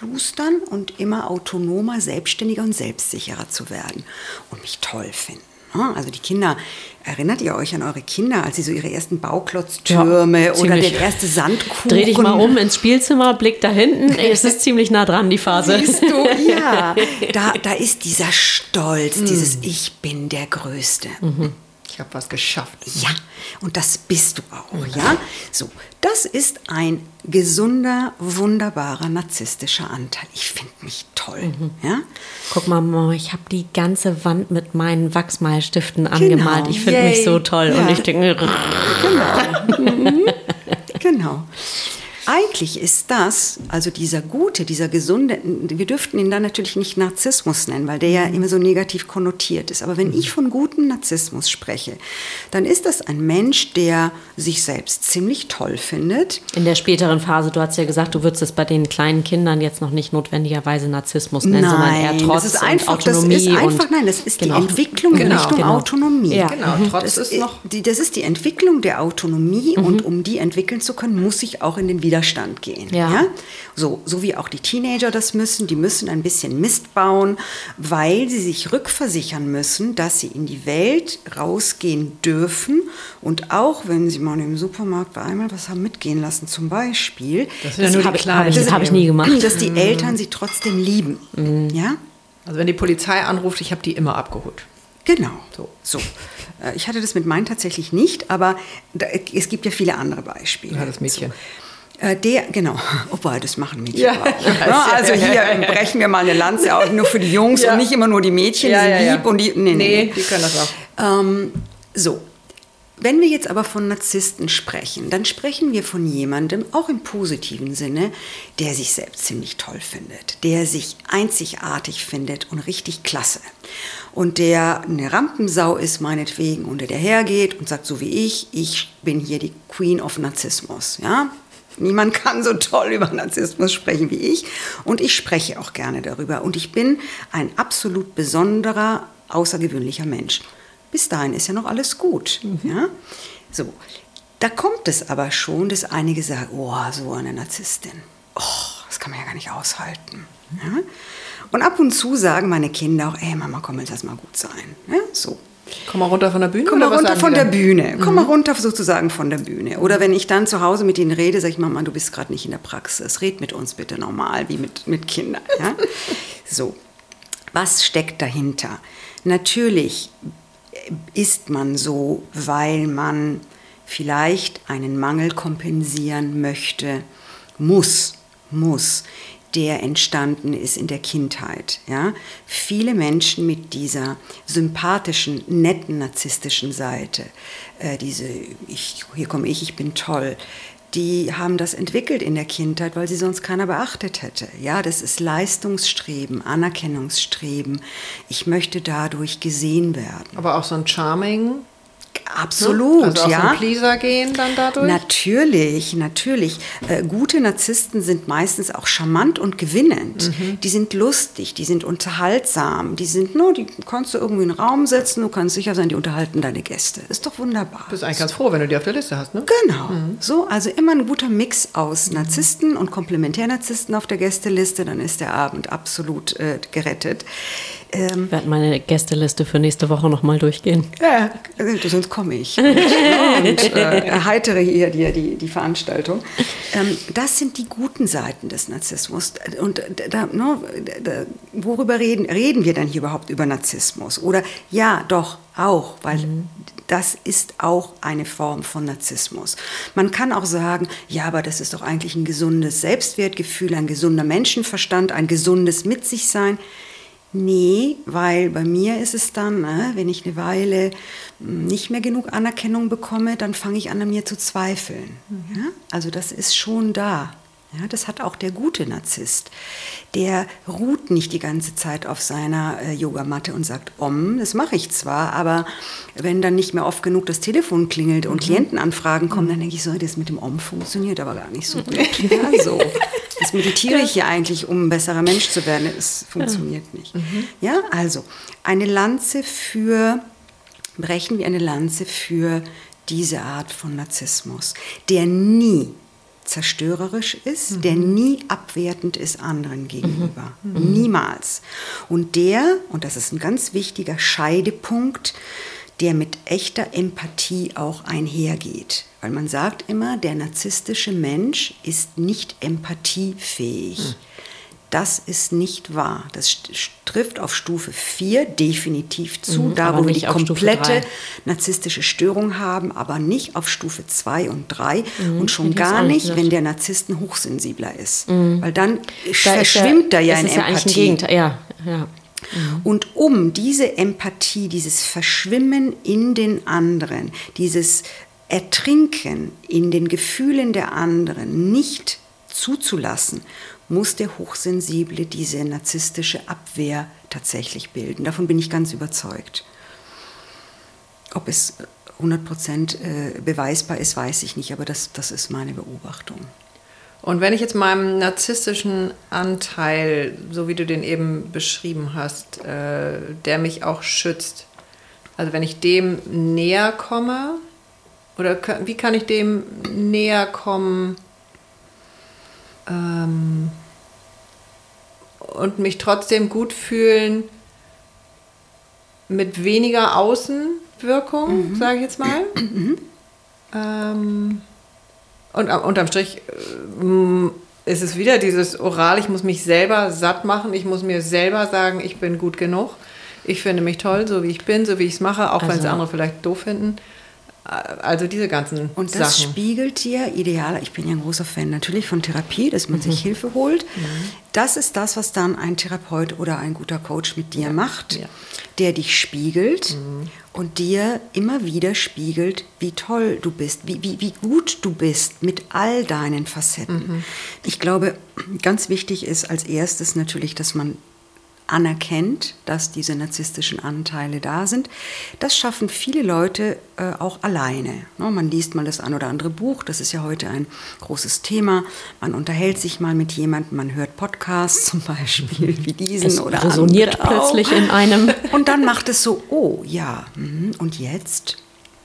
aufzuplustern und immer autonomer, selbstständiger und selbstsicherer zu werden und mich toll finden. Also die Kinder, erinnert ihr euch an eure Kinder, als sie so ihre ersten Bauklotztürme oder der erste Sandkuchen? Dreh dich mal um ins Spielzimmer, blick da hinten, es ist ziemlich nah dran, die Phase. Siehst du, ja. Da ist dieser Stolz, dieses Ich bin der Größte. Ich habe was geschafft. Ja, und das bist du auch, ja. So, das ist ein gesunder, wunderbarer, narzisstischer Anteil. Ich finde mich toll, ja. Guck mal, Mama, ich habe die ganze Wand mit meinen Wachsmalstiften angemalt. Ich finde mich so toll. Ja. Und ich denke... Genau. Eigentlich ist das, also dieser gute, dieser gesunde, wir dürften ihn dann natürlich nicht Narzissmus nennen, weil der ja immer so negativ konnotiert ist. Aber wenn ich von gutem Narzissmus spreche, dann ist das ein Mensch, der sich selbst ziemlich toll findet. In der späteren Phase, du hast ja gesagt, du würdest es bei den kleinen Kindern jetzt noch nicht notwendigerweise Narzissmus nennen, sondern eher Trotz das ist einfach, und Autonomie. Das ist die Entwicklung in Richtung Autonomie. Ja. Genau, Trotz ist noch... Das ist die Entwicklung der Autonomie und um die entwickeln zu können, muss ich auch in den Widerstand gehen. Ja? So wie auch die Teenager das müssen. Die müssen ein bisschen Mist bauen, weil sie sich rückversichern müssen, dass sie in die Welt rausgehen dürfen und auch, wenn sie mal im Supermarkt einmal was haben mitgehen lassen, zum Beispiel. Das sind ja nur die Kleinen. Das habe ich nie gemacht. Dass die Eltern sie trotzdem lieben. Ja? Also wenn die Polizei anruft, ich habe die immer abgeholt. Genau. So. Ich hatte das mit meinen tatsächlich nicht, aber es gibt ja viele andere Beispiele. Ja, das Mädchen. So. Genau. Wobei, das machen Mädchen auch. Also hier brechen wir mal eine Lanze auf, nur für die Jungs und nicht immer nur die Mädchen, die sind lieb und die... Nee, die können das auch. So. Wenn wir jetzt aber von Narzissten sprechen, dann sprechen wir von jemandem, auch im positiven Sinne, der sich selbst ziemlich toll findet, der sich einzigartig findet und richtig klasse. Und der eine Rampensau ist meinetwegen und der hergeht und sagt, so wie ich bin hier die Queen of Narzissmus, ja. Niemand kann so toll über Narzissmus sprechen wie ich und ich spreche auch gerne darüber und ich bin ein absolut besonderer, außergewöhnlicher Mensch. Bis dahin ist ja noch alles gut. Ja? So, da kommt es aber schon, dass einige sagen, oh, so eine Narzisstin, das kann man ja gar nicht aushalten. Ja? Und ab und zu sagen meine Kinder auch, ey Mama, komm, jetzt lass mal gut sein. Ja? So. Komm mal runter von der Bühne? Komm mal runter von der Bühne. Komm mal runter sozusagen von der Bühne. Oder wenn ich dann zu Hause mit ihnen rede, sage ich, Mama, du bist gerade nicht in der Praxis. Red mit uns bitte normal, wie mit Kindern. Ja? So, was steckt dahinter? Natürlich ist man so, weil man vielleicht einen Mangel kompensieren möchte, muss, der entstanden ist in der Kindheit. Ja? Viele Menschen mit dieser sympathischen, netten, narzisstischen Seite, hier komme ich bin toll, die haben das entwickelt in der Kindheit, weil sie sonst keiner beachtet hätte. Ja, das ist Leistungsstreben, Anerkennungsstreben. Ich möchte dadurch gesehen werden. Aber auch so ein Charming... Absolut, also auf einen Pleaser gehen dann dadurch? Natürlich. Gute Narzissten sind meistens auch charmant und gewinnend. Die sind lustig, die sind unterhaltsam, die kannst du irgendwie in den Raum setzen, du kannst sicher sein, die unterhalten deine Gäste. Ist doch wunderbar. Du bist eigentlich ganz froh, wenn du die auf der Liste hast, ne? Genau. So, also immer ein guter Mix aus Narzissten und Komplementärnarzissten auf der Gästeliste, dann ist der Abend absolut gerettet. Ich werde meine Gästeliste für nächste Woche nochmal durchgehen. Ja, sonst komme ich und erheitere hier die Veranstaltung. Das sind die guten Seiten des Narzissmus. Und worüber reden wir dann hier überhaupt über Narzissmus? Oder ja, doch, auch, weil das ist auch eine Form von Narzissmus. Man kann auch sagen, ja, aber das ist doch eigentlich ein gesundes Selbstwertgefühl, ein gesunder Menschenverstand, ein gesundes Mit-sich-Sein. Nee, weil bei mir ist es dann, wenn ich eine Weile nicht mehr genug Anerkennung bekomme, dann fange ich an mir zu zweifeln. Ja? Also das ist schon da. Ja, das hat auch der gute Narzisst. Der ruht nicht die ganze Zeit auf seiner Yogamatte und sagt, das mache ich zwar, aber wenn dann nicht mehr oft genug das Telefon klingelt und Klientenanfragen kommen, dann denke ich so, das mit dem funktioniert aber gar nicht so gut. Ja, so. Das meditiere ich hier eigentlich, um ein besserer Mensch zu werden. Es funktioniert nicht. Ja, also brechen wir eine Lanze für diese Art von Narzissmus, der nie zerstörerisch ist, der nie abwertend ist anderen gegenüber. Niemals. Und das ist ein ganz wichtiger Scheidepunkt, der mit echter Empathie auch einhergeht. Weil man sagt immer, der narzisstische Mensch ist nicht empathiefähig. Das ist nicht wahr. Das trifft auf Stufe 4 definitiv zu, da wo wir die komplette narzisstische Störung haben, aber nicht auf Stufe 2 und 3 und schon gar nicht, wenn der Narzisst ein Hochsensibler ist. Weil dann verschwimmt da ja in Empathie. Ja. Und um diese Empathie, dieses Verschwimmen in den anderen, dieses Ertrinken in den Gefühlen der anderen nicht zuzulassen, muss der Hochsensible diese narzisstische Abwehr tatsächlich bilden. Davon bin ich ganz überzeugt. Ob es 100% beweisbar ist, weiß ich nicht, aber das ist meine Beobachtung. Und wenn ich jetzt meinem narzisstischen Anteil, so wie du den eben beschrieben hast, der mich auch schützt, also wenn ich dem näher komme, oder wie kann ich dem näher kommen, und mich trotzdem gut fühlen mit weniger Außenwirkung, sage ich jetzt mal. Und unterm Strich ist es wieder dieses Oral, ich muss mich selber satt machen, ich muss mir selber sagen, ich bin gut genug, ich finde mich toll, so wie ich bin, so wie ich es mache, auch wenn es andere vielleicht doof finden. Also diese ganzen Sachen. Und das spiegelt dir ideal, ich bin ja ein großer Fan natürlich von Therapie, dass man sich Hilfe holt. Das ist das, was dann ein Therapeut oder ein guter Coach mit dir macht, der dich spiegelt und dir immer wieder spiegelt, wie toll du bist, wie gut du bist mit all deinen Facetten. Ich glaube, ganz wichtig ist als erstes natürlich, dass man anerkennt, dass diese narzisstischen Anteile da sind. Das schaffen viele Leute auch alleine. Man liest mal das ein oder andere Buch, das ist ja heute ein großes Thema. Man unterhält sich mal mit jemandem, man hört Podcasts zum Beispiel wie diesen es oder resoniert plötzlich in einem. Und dann macht es so, oh ja, und jetzt?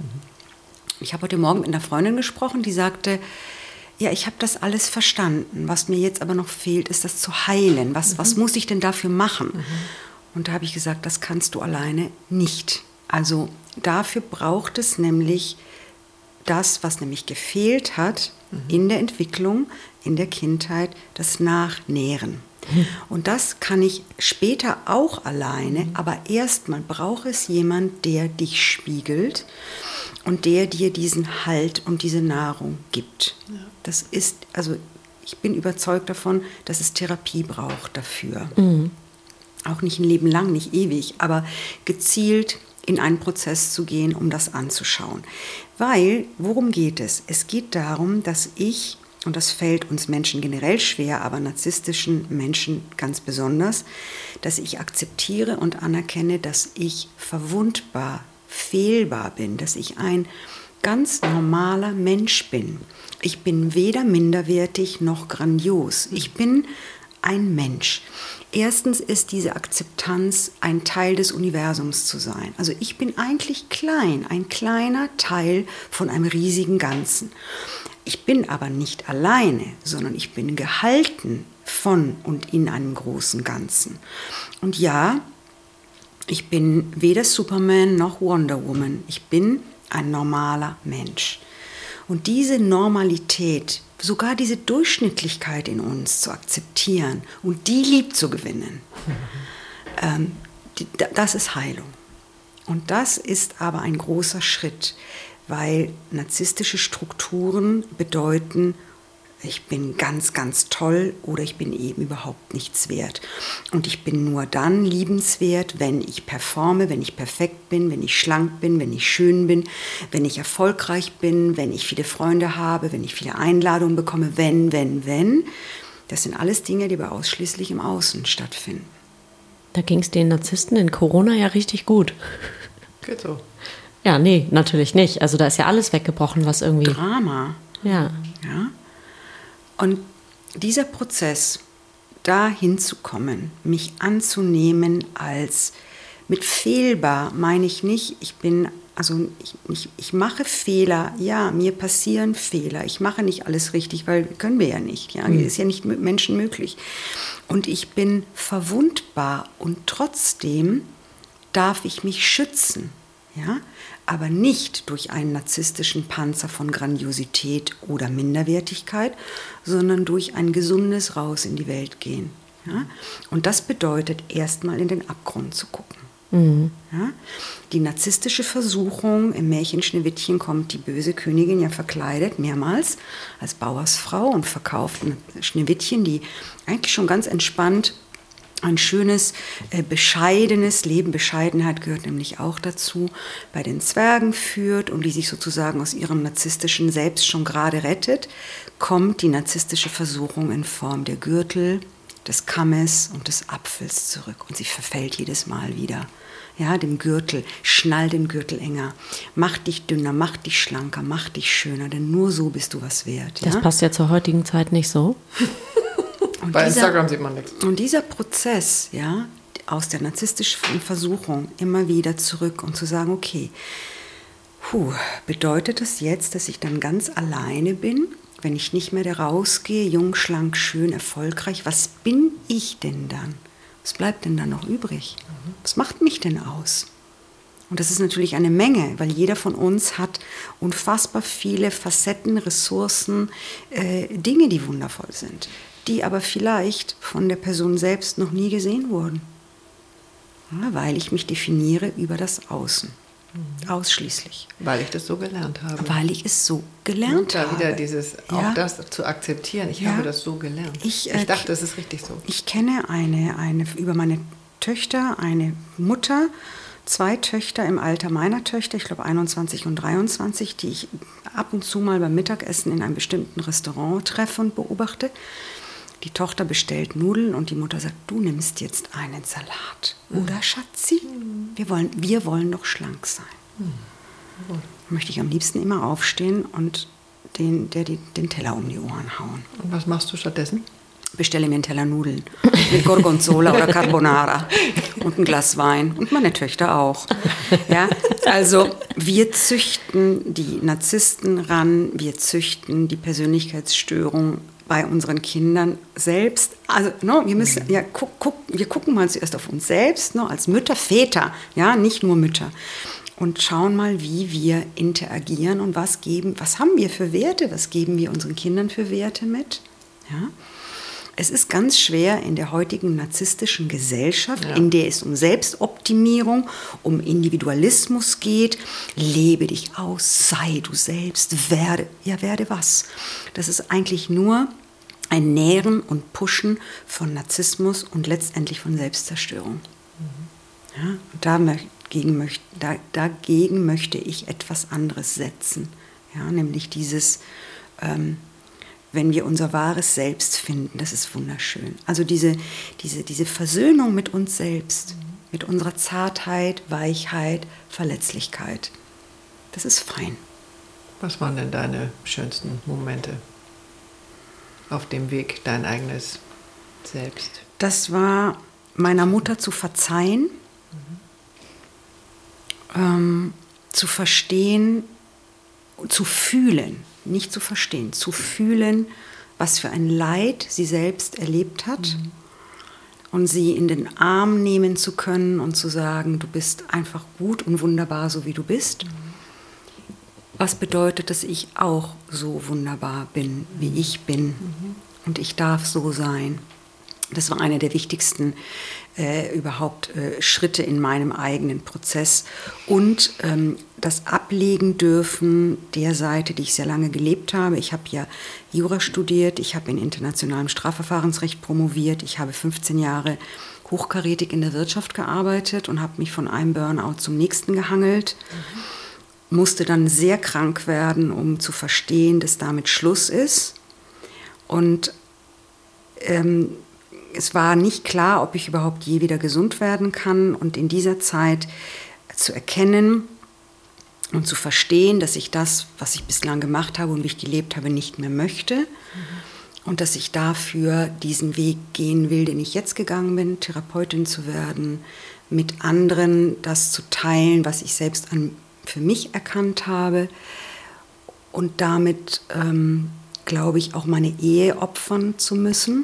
Ich habe heute Morgen mit einer Freundin gesprochen, die sagte, ja, ich habe das alles verstanden. Was mir jetzt aber noch fehlt, ist das zu heilen. Was muss ich denn dafür machen? Und da habe ich gesagt, das kannst du alleine nicht. Also dafür braucht es nämlich das, was nämlich gefehlt hat in der Entwicklung, in der Kindheit, das Nachnähren. Und das kann ich später auch alleine, aber erstmal braucht es jemand, der dich spiegelt und der dir diesen Halt und diese Nahrung gibt. Ja. Das ist, also ich bin überzeugt davon, dass es Therapie braucht dafür. Auch nicht ein Leben lang, nicht ewig, aber gezielt in einen Prozess zu gehen, um das anzuschauen. Weil, worum geht es? Es geht darum, dass ich, und das fällt uns Menschen generell schwer, aber narzisstischen Menschen ganz besonders, dass ich akzeptiere und anerkenne, dass ich verwundbar, fehlbar bin, dass ich ein ganz normaler Mensch bin. Ich bin weder minderwertig noch grandios. Ich bin ein Mensch. Erstens ist diese Akzeptanz, ein Teil des Universums zu sein. Also ich bin eigentlich klein, ein kleiner Teil von einem riesigen Ganzen. Ich bin aber nicht alleine, sondern ich bin gehalten von und in einem großen Ganzen. Und ja, ich bin weder Superman noch Wonder Woman. Ich bin ein normaler Mensch. Und diese Normalität, sogar diese Durchschnittlichkeit in uns zu akzeptieren und die lieb zu gewinnen, das ist Heilung. Und das ist aber ein großer Schritt, weil narzisstische Strukturen bedeuten, ich bin ganz, ganz toll oder ich bin eben überhaupt nichts wert. Und ich bin nur dann liebenswert, wenn ich performe, wenn ich perfekt bin, wenn ich schlank bin, wenn ich schön bin, wenn ich erfolgreich bin, wenn ich viele Freunde habe, wenn ich viele Einladungen bekomme, wenn. Das sind alles Dinge, die aber ausschließlich im Außen stattfinden. Da ging es den Narzissten in Corona ja richtig gut. Geht so. Ja, nee, natürlich nicht. Also da ist ja alles weggebrochen, was irgendwie... Drama. Ja. Und dieser Prozess, da hinzukommen, mich anzunehmen als Mit fehlbar meine ich nicht, ich mache Fehler, ja, mir passieren Fehler. Ich mache nicht alles richtig, weil können wir ja nicht. Ja, das ist ja nicht mit Menschen möglich. Und ich bin verwundbar und trotzdem darf ich mich schützen. Ja? Aber nicht durch einen narzisstischen Panzer von Grandiosität oder Minderwertigkeit, sondern durch ein gesundes Raus in die Welt gehen. Ja? Und das bedeutet, erstmal in den Abgrund zu gucken. Mhm. Ja? Die narzisstische Versuchung, im Märchen Schneewittchen kommt die böse Königin ja verkleidet, mehrmals, als Bauersfrau und verkauft ein Schneewittchen, die eigentlich schon ganz entspannt ein schönes, bescheidenes Leben, Bescheidenheit gehört nämlich auch dazu, bei den Zwergen führt und die sich sozusagen aus ihrem narzisstischen Selbst schon gerade rettet, kommt die narzisstische Versuchung in Form der Gürtel, des Kammes und des Apfels zurück. Und sie verfällt jedes Mal wieder. Ja, dem Gürtel, schnall den Gürtel enger, mach dich dünner, mach dich schlanker, mach dich schöner, denn nur so bist du was wert. Ja? Das passt ja zur heutigen Zeit nicht so. Und bei Instagram sieht man nichts. Und dieser Prozess, ja, aus der narzisstischen Versuchung immer wieder zurück und zu sagen, okay, bedeutet das jetzt, dass ich dann ganz alleine bin, wenn ich nicht mehr da rausgehe, jung, schlank, schön, erfolgreich, was bin ich denn dann? Was bleibt denn dann noch übrig? Was macht mich denn aus? Und das ist natürlich eine Menge, weil jeder von uns hat unfassbar viele Facetten, Ressourcen, Dinge, die wundervoll sind, die aber vielleicht von der Person selbst noch nie gesehen wurden. Ja, weil ich mich definiere über das Außen. Ausschließlich. Weil ich das so gelernt habe. Weil ich es so gelernt habe. Da wieder dieses, auch das zu akzeptieren. Ich habe das so gelernt. Ich dachte, es ist richtig so. Ich kenne über meine Töchter, eine Mutter, 2 Töchter im Alter meiner Töchter, ich glaube 21 und 23, die ich ab und zu mal beim Mittagessen in einem bestimmten Restaurant treffe und beobachte. Die Tochter bestellt Nudeln und die Mutter sagt, du nimmst jetzt einen Salat. Oder Schatzi, wir wollen doch schlank sein. Dann möchte ich am liebsten immer aufstehen und den Teller um die Ohren hauen. Und was machst du stattdessen? Bestelle mir einen Teller Nudeln mit Gorgonzola oder Carbonara und ein Glas Wein und meine Töchter auch. Ja, also wir züchten die Narzissten ran, wir züchten die Persönlichkeitsstörung bei unseren Kindern selbst. Also wir müssen wir gucken mal zuerst auf uns selbst, als Mütter, Väter, ja, nicht nur Mütter. Und schauen mal, wie wir interagieren und was haben wir für Werte, was geben wir unseren Kindern für Werte mit. Ja? Es ist ganz schwer in der heutigen narzisstischen Gesellschaft, in der es um Selbstoptimierung, um Individualismus geht. Lebe dich aus, sei du selbst, werde was. Das ist eigentlich nur ein Nähren und Pushen von Narzissmus und letztendlich von Selbstzerstörung. Ja, und dagegen möchte ich etwas anderes setzen. Ja, nämlich dieses... wenn wir unser wahres Selbst finden, das ist wunderschön. Also diese Versöhnung mit uns selbst, mit unserer Zartheit, Weichheit, Verletzlichkeit, das ist fein. Was waren denn deine schönsten Momente auf dem Weg, dein eigenes Selbst? Das war meiner Mutter zu verzeihen, zu verstehen, zu fühlen. Nicht zu verstehen, zu fühlen, was für ein Leid sie selbst erlebt hat und sie in den Arm nehmen zu können und zu sagen, du bist einfach gut und wunderbar, so wie du bist. Was bedeutet, dass ich auch so wunderbar bin, wie ich bin und ich darf so sein. Das war einer der wichtigsten Schritte in meinem eigenen Prozess und das Ablegen dürfen der Seite, die ich sehr lange gelebt habe. Ich habe ja Jura studiert, ich habe in internationalem Strafverfahrensrecht promoviert, ich habe 15 Jahre hochkarätig in der Wirtschaft gearbeitet und habe mich von einem Burnout zum nächsten gehangelt, musste dann sehr krank werden, um zu verstehen, dass damit Schluss ist und es war nicht klar, ob ich überhaupt je wieder gesund werden kann und in dieser Zeit zu erkennen und zu verstehen, dass ich das, was ich bislang gemacht habe und wie ich gelebt habe, nicht mehr möchte und dass ich dafür diesen Weg gehen will, den ich jetzt gegangen bin, Therapeutin zu werden, mit anderen das zu teilen, was ich selbst für mich erkannt habe und damit, glaube ich, auch meine Ehe opfern zu müssen,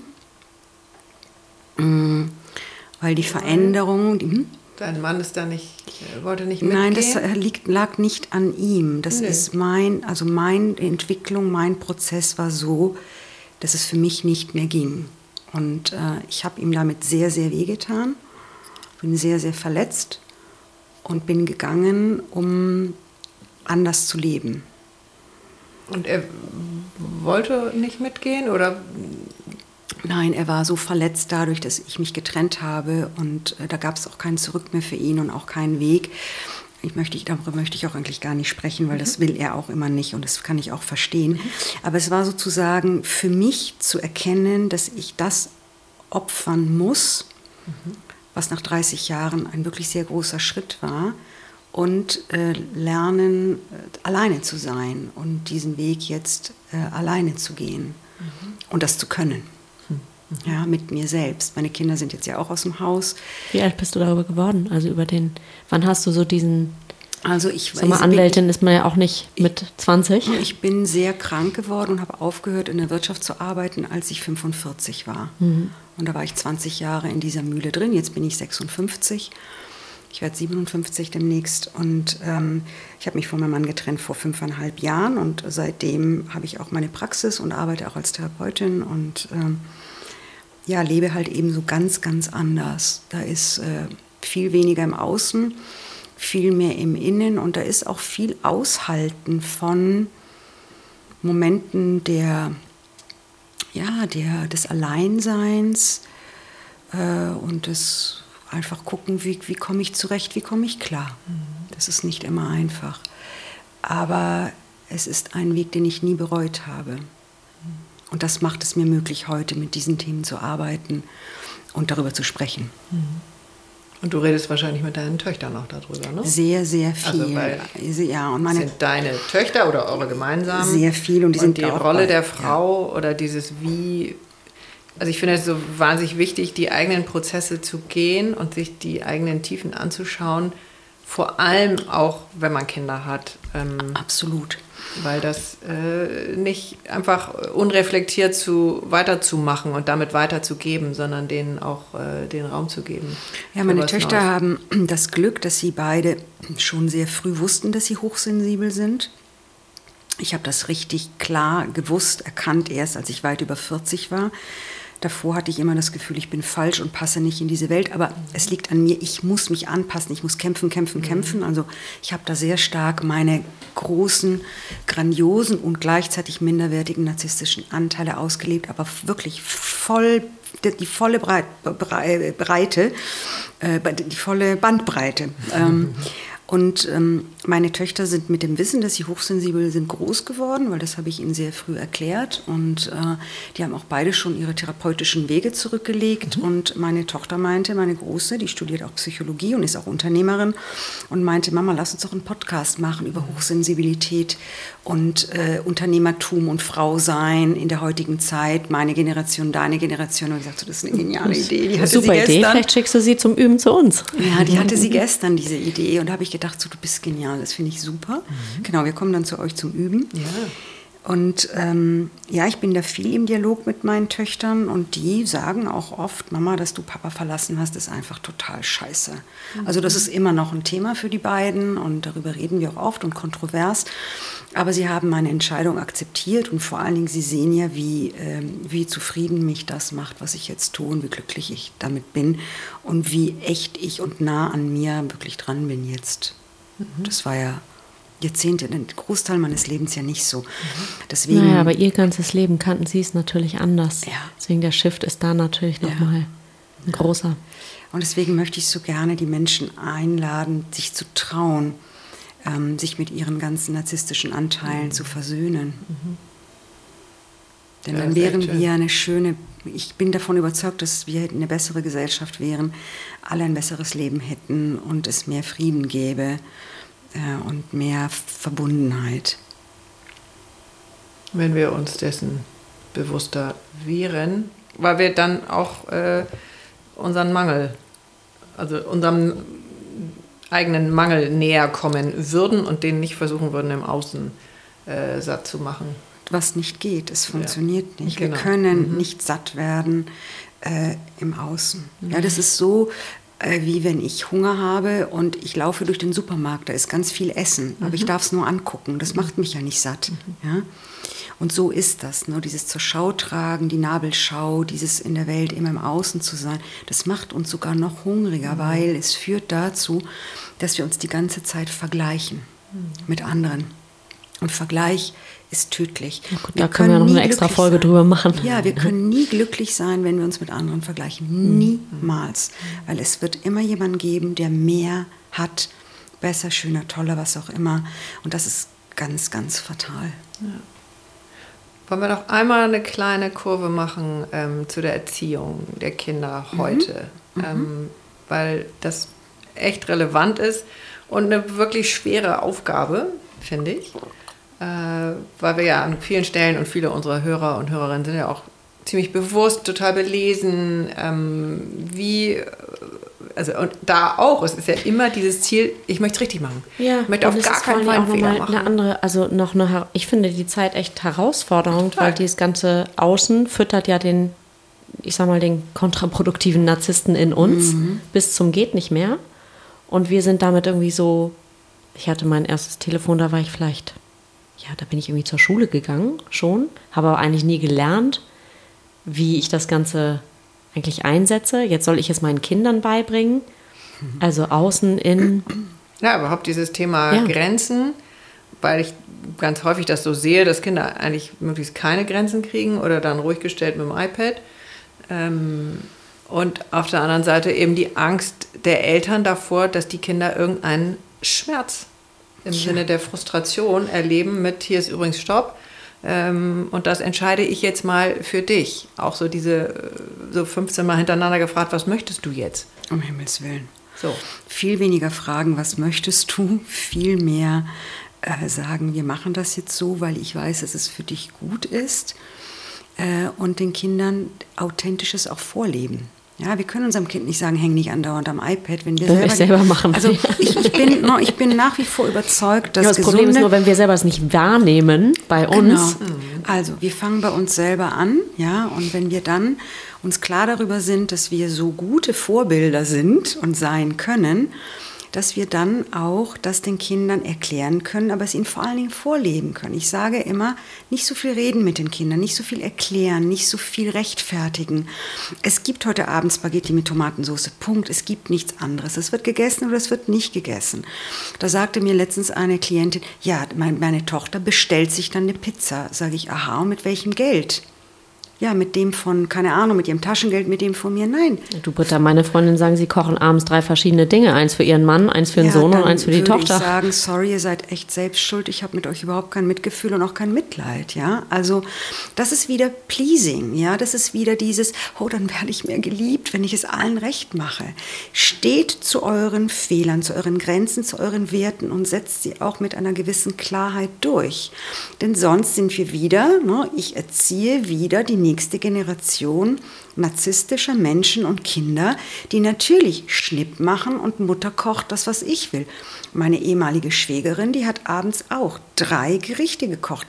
weil die Veränderung... Dein Mann ist da nicht, wollte nicht mitgehen? Nein, das lag nicht an ihm. Das ist meine Entwicklung, mein Prozess war so, dass es für mich nicht mehr ging. Und ich habe ihm damit sehr, sehr wehgetan, bin sehr, sehr verletzt und bin gegangen, um anders zu leben. Und er wollte nicht mitgehen, oder? Nein, er war so verletzt dadurch, dass ich mich getrennt habe und da gab es auch kein Zurück mehr für ihn und auch keinen Weg. Darüber möchte ich auch eigentlich gar nicht sprechen, weil das will er auch immer nicht und das kann ich auch verstehen. Aber es war sozusagen für mich zu erkennen, dass ich das opfern muss, was nach 30 Jahren ein wirklich sehr großer Schritt war, und lernen, alleine zu sein und diesen Weg jetzt alleine zu gehen und das zu können. Ja, mit mir selbst. Meine Kinder sind jetzt ja auch aus dem Haus. Wie alt bist du darüber geworden? Also wann hast du so diesen... Also Anwältin ist man ja auch nicht mit 20. Ich bin sehr krank geworden und habe aufgehört, in der Wirtschaft zu arbeiten, als ich 45 war. Und da war ich 20 Jahre in dieser Mühle drin. Jetzt bin ich 56. Ich werde 57 demnächst. Und ich habe mich von meinem Mann getrennt vor 5,5 Jahren. Und seitdem habe ich auch meine Praxis und arbeite auch als Therapeutin und lebe halt eben so ganz, ganz anders. Da ist viel weniger im Außen, viel mehr im Innen und da ist auch viel Aushalten von Momenten des Alleinseins und des einfach gucken, wie komme ich zurecht, wie komme ich klar. Das ist nicht immer einfach. Aber es ist ein Weg, den ich nie bereut habe. Und das macht es mir möglich, heute mit diesen Themen zu arbeiten und darüber zu sprechen. Und du redest wahrscheinlich mit deinen Töchtern noch darüber, ne? Sehr, sehr viel. Also, sind deine Töchter oder eure gemeinsamen? Sehr viel. Und die Rolle der Frau oder dieses also ich finde es so wahnsinnig wichtig, die eigenen Prozesse zu gehen und sich die eigenen Tiefen anzuschauen, vor allem auch, wenn man Kinder hat. Absolut. Weil das nicht einfach unreflektiert weiterzumachen und damit weiterzugeben, sondern denen auch den Raum zu geben. Ja, meine Töchter haben das Glück, dass sie beide schon sehr früh wussten, dass sie hochsensibel sind. Ich habe das richtig klar gewusst, erkannt erst, als ich weit über 40 war. Davor hatte ich immer das Gefühl, ich bin falsch und passe nicht in diese Welt. Aber es liegt an mir, ich muss mich anpassen, ich muss kämpfen. Also ich habe da sehr stark meine großen, grandiosen und gleichzeitig minderwertigen narzisstischen Anteile ausgelebt, aber wirklich die volle Breite, die volle Bandbreite. Und meine Töchter sind mit dem Wissen, dass sie hochsensibel sind, groß geworden, weil das habe ich ihnen sehr früh erklärt. Und die haben auch beide schon ihre therapeutischen Wege zurückgelegt. Und meine Tochter meinte, meine Große, die studiert auch Psychologie und ist auch Unternehmerin, und meinte, Mama, lass uns doch einen Podcast machen über Hochsensibilität und Unternehmertum und Frau sein in der heutigen Zeit. Meine Generation, deine Generation. Und ich sagte, das ist eine geniale Idee. Die hatte Super sie Idee, vielleicht schickst du sie zum Üben zu uns. Ja, die hatte sie gestern, diese Idee. Und da habe ich gedacht, so, du bist genial, das finde ich super. Genau, wir kommen dann zu euch zum Üben. Ja. Und ich bin da viel im Dialog mit meinen Töchtern und die sagen auch oft, Mama, dass du Papa verlassen hast, ist einfach total scheiße. Also das ist immer noch ein Thema für die beiden und darüber reden wir auch oft und kontrovers. Aber sie haben meine Entscheidung akzeptiert und vor allen Dingen, sie sehen ja, wie zufrieden mich das macht, was ich jetzt tue und wie glücklich ich damit bin und wie echt ich und nah an mir wirklich dran bin jetzt. Das war ja Jahrzehnte, den Großteil meines Lebens ja nicht so. Deswegen, naja, aber ihr ganzes Leben kannten sie es natürlich anders. Ja. Deswegen der Shift ist da natürlich nochmal ein großer. Und deswegen möchte ich so gerne die Menschen einladen, sich zu trauen, sich mit ihren ganzen narzisstischen Anteilen zu versöhnen. Denn dann wären wir eine schöne, ich bin davon überzeugt, dass wir eine bessere Gesellschaft wären, alle ein besseres Leben hätten und es mehr Frieden gäbe und mehr Verbundenheit. Wenn wir uns dessen bewusster wären, weil wir dann auch unseren Mangel also unserem eigenen Mangel näher kommen würden und den nicht versuchen würden, im Außen satt zu machen. Was nicht geht, es funktioniert nicht. Genau. Wir können nicht satt werden im Außen. Ja, das ist so, wie wenn ich Hunger habe und ich laufe durch den Supermarkt, da ist ganz viel Essen, aber ich darf es nur angucken, das macht mich ja nicht satt. Ja? Und so ist das, ne? Dieses zur Schau tragen, die Nabelschau, dieses in der Welt immer im Außen zu sein, das macht uns sogar noch hungriger, weil es führt dazu, dass wir uns die ganze Zeit vergleichen mit anderen. Und Vergleich ist tödlich. Ja, gut, da können wir noch eine extra Folge drüber machen. Ja, wir können nie glücklich sein, wenn wir uns mit anderen vergleichen. Niemals. Weil es wird immer jemanden geben, der mehr hat, besser, schöner, toller, was auch immer. Und das ist ganz, ganz fatal. Ja. Wollen wir noch einmal eine kleine Kurve machen zu der Erziehung der Kinder heute? Weil das echt relevant ist und eine wirklich schwere Aufgabe, finde ich. Weil wir ja an vielen Stellen und viele unserer Hörer und Hörerinnen sind ja auch ziemlich bewusst, total belesen, und da auch, es ist ja immer dieses Ziel, ich möchte es richtig machen. Ja, ich möchte auf gar keinen Fall einen Fehler machen. Eine andere, ich finde die Zeit echt herausfordernd, weil dieses ganze Außen füttert ja den kontraproduktiven Narzissten in uns bis zum geht nicht mehr. Und wir sind damit irgendwie so, ich hatte mein erstes Telefon, da war ich vielleicht, da bin ich irgendwie zur Schule gegangen schon, habe aber eigentlich nie gelernt, wie ich das Ganze eigentlich einsetze. Jetzt soll ich es meinen Kindern beibringen, also außen, innen. Ja, überhaupt dieses Thema Grenzen, weil ich ganz häufig das so sehe, dass Kinder eigentlich möglichst keine Grenzen kriegen oder dann ruhig gestellt mit dem iPad. Und auf der anderen Seite eben die Angst der Eltern davor, dass die Kinder irgendeinen Schmerz im Sinne der Frustration erleben mit, hier ist übrigens Stopp, und das entscheide ich jetzt mal für dich. Auch so diese, so 15 Mal hintereinander gefragt, was möchtest du jetzt? Um Himmels Willen. So. Viel weniger fragen, was möchtest du, viel mehr sagen, wir machen das jetzt so, weil ich weiß, dass es für dich gut ist, und den Kindern Authentisches auch vorleben. Ja, wir können unserem Kind nicht sagen, häng nicht andauernd am iPad, wenn wir selber machen. Also ich bin nach wie vor überzeugt, dass das Problem ist nur, wenn wir selber es nicht wahrnehmen bei uns. Genau. Also wir fangen bei uns selber an, ja, und wenn wir dann uns klar darüber sind, dass wir so gute Vorbilder sind und sein können, dass wir dann auch das den Kindern erklären können, aber es ihnen vor allen Dingen vorleben können. Ich sage immer, nicht so viel reden mit den Kindern, nicht so viel erklären, nicht so viel rechtfertigen. Es gibt heute Abend Spaghetti mit Tomatensauce, Punkt. Es gibt nichts anderes. Es wird gegessen oder es wird nicht gegessen. Da sagte mir letztens eine Klientin, ja, meine Tochter bestellt sich dann eine Pizza. Sage ich, aha, und mit welchem Geld? Ja, mit dem von, keine Ahnung, mit ihrem Taschengeld, mit dem von mir, nein. Du, Britta, meine Freundin sagen, sie kochen abends 3 verschiedene Dinge. Eins für ihren Mann, eins für den Sohn und eins für die Tochter. Ich sagen, sorry, ihr seid echt selbst schuld. Ich habe mit euch überhaupt kein Mitgefühl und auch kein Mitleid, ja. Also, das ist wieder pleasing, ja. Das ist wieder dieses, oh, dann werde ich mehr geliebt, wenn ich es allen recht mache. Steht zu euren Fehlern, zu euren Grenzen, zu euren Werten und setzt sie auch mit einer gewissen Klarheit durch. Denn sonst sind wir wieder, ne, ich erziehe wieder die nächste Generation narzisstischer Menschen und Kinder, die natürlich Schnipp machen und Mutter kocht das, was ich will. Meine ehemalige Schwägerin, die hat abends auch 3 Gerichte gekocht,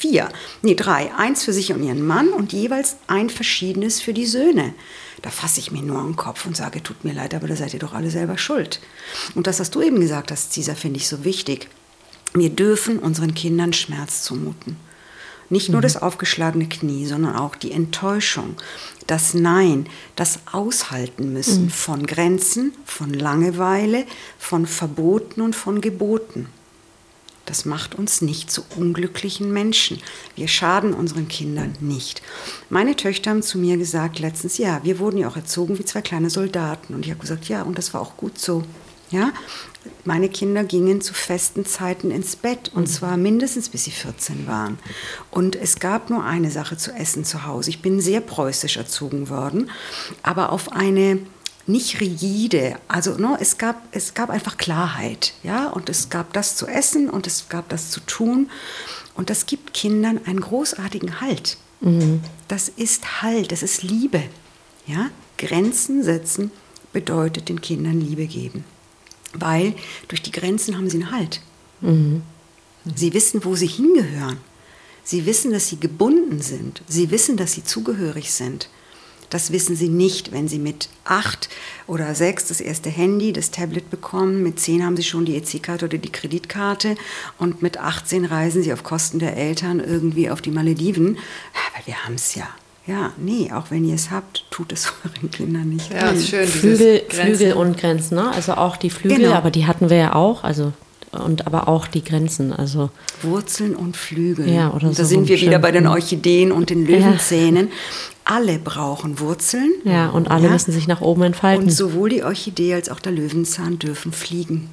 3, 1 für sich und ihren Mann und jeweils ein verschiedenes für die Söhne. Da fasse ich mir nur an den Kopf und sage, tut mir leid, aber da seid ihr doch alle selber schuld. Und das, was du eben gesagt hast, Cesar, finde ich so wichtig. Wir dürfen unseren Kindern Schmerz zumuten. Nicht nur das aufgeschlagene Knie, sondern auch die Enttäuschung, das Nein, das Aushalten müssen von Grenzen, von Langeweile, von Verboten und von Geboten. Das macht uns nicht zu unglücklichen Menschen. Wir schaden unseren Kindern nicht. Meine Töchter haben zu mir gesagt letztens, ja, wir wurden ja auch erzogen wie 2 kleine Soldaten. Und ich habe gesagt, ja, und das war auch gut so. Ja? Meine Kinder gingen zu festen Zeiten ins Bett und zwar mindestens bis sie 14 waren. Und es gab nur eine Sache zu essen zu Hause. Ich bin sehr preußisch erzogen worden, aber auf eine nicht rigide, also no, es gab einfach Klarheit, ja, und es gab das zu essen und es gab das zu tun und das gibt Kindern einen großartigen Halt. Das ist Halt, das ist Liebe, ja, Grenzen setzen bedeutet den Kindern Liebe geben. Weil durch die Grenzen haben sie einen Halt. Sie wissen, wo sie hingehören. Sie wissen, dass sie gebunden sind. Sie wissen, dass sie zugehörig sind. Das wissen sie nicht, wenn sie mit 8 oder 6 das erste Handy, das Tablet bekommen. Mit 10 haben sie schon die EC-Karte oder die Kreditkarte. Und mit 18 reisen sie auf Kosten der Eltern irgendwie auf die Malediven. Weil wir haben es ja. Ja, nee, auch wenn ihr es habt, tut es euren Kindern nicht. Ja, ist schön. Flügel und Grenzen, ne? Also auch die Flügel, genau. Aber die hatten wir ja auch. Also und aber auch die Grenzen, also Wurzeln und Flügel. Ja, oder und da so sind wir schön. wieder bei den Orchideen und den Löwenzähnen. Ja. Alle brauchen Wurzeln. Ja, und alle müssen sich nach oben entfalten. Und sowohl die Orchidee als auch der Löwenzahn dürfen fliegen.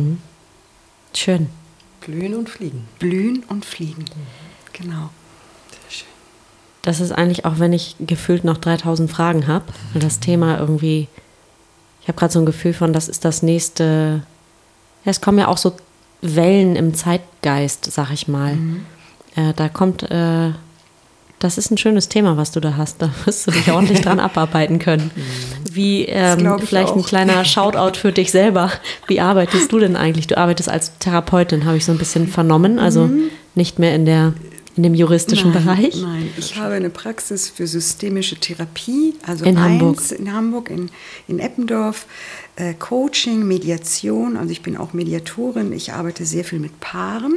Schön. Blühen und fliegen. Blühen und fliegen. Genau. Sehr schön. Das ist eigentlich auch, wenn ich gefühlt noch 3000 Fragen habe, weil das Thema irgendwie, ich habe gerade so ein Gefühl von, das ist das nächste, ja, es kommen ja auch so Wellen im Zeitgeist, sag ich mal. Da kommt, das ist ein schönes Thema, was du da hast. Da wirst du dich ordentlich dran abarbeiten können. Wie, vielleicht ein kleiner Shoutout für dich selber. Wie arbeitest du denn eigentlich? Du arbeitest als Therapeutin, habe ich so ein bisschen vernommen. Also nicht mehr in dem juristischen Bereich. Nein, ich habe eine Praxis für systemische Therapie, also in Hamburg, in Eppendorf, Coaching, Mediation, also ich bin auch Mediatorin, ich arbeite sehr viel mit Paaren.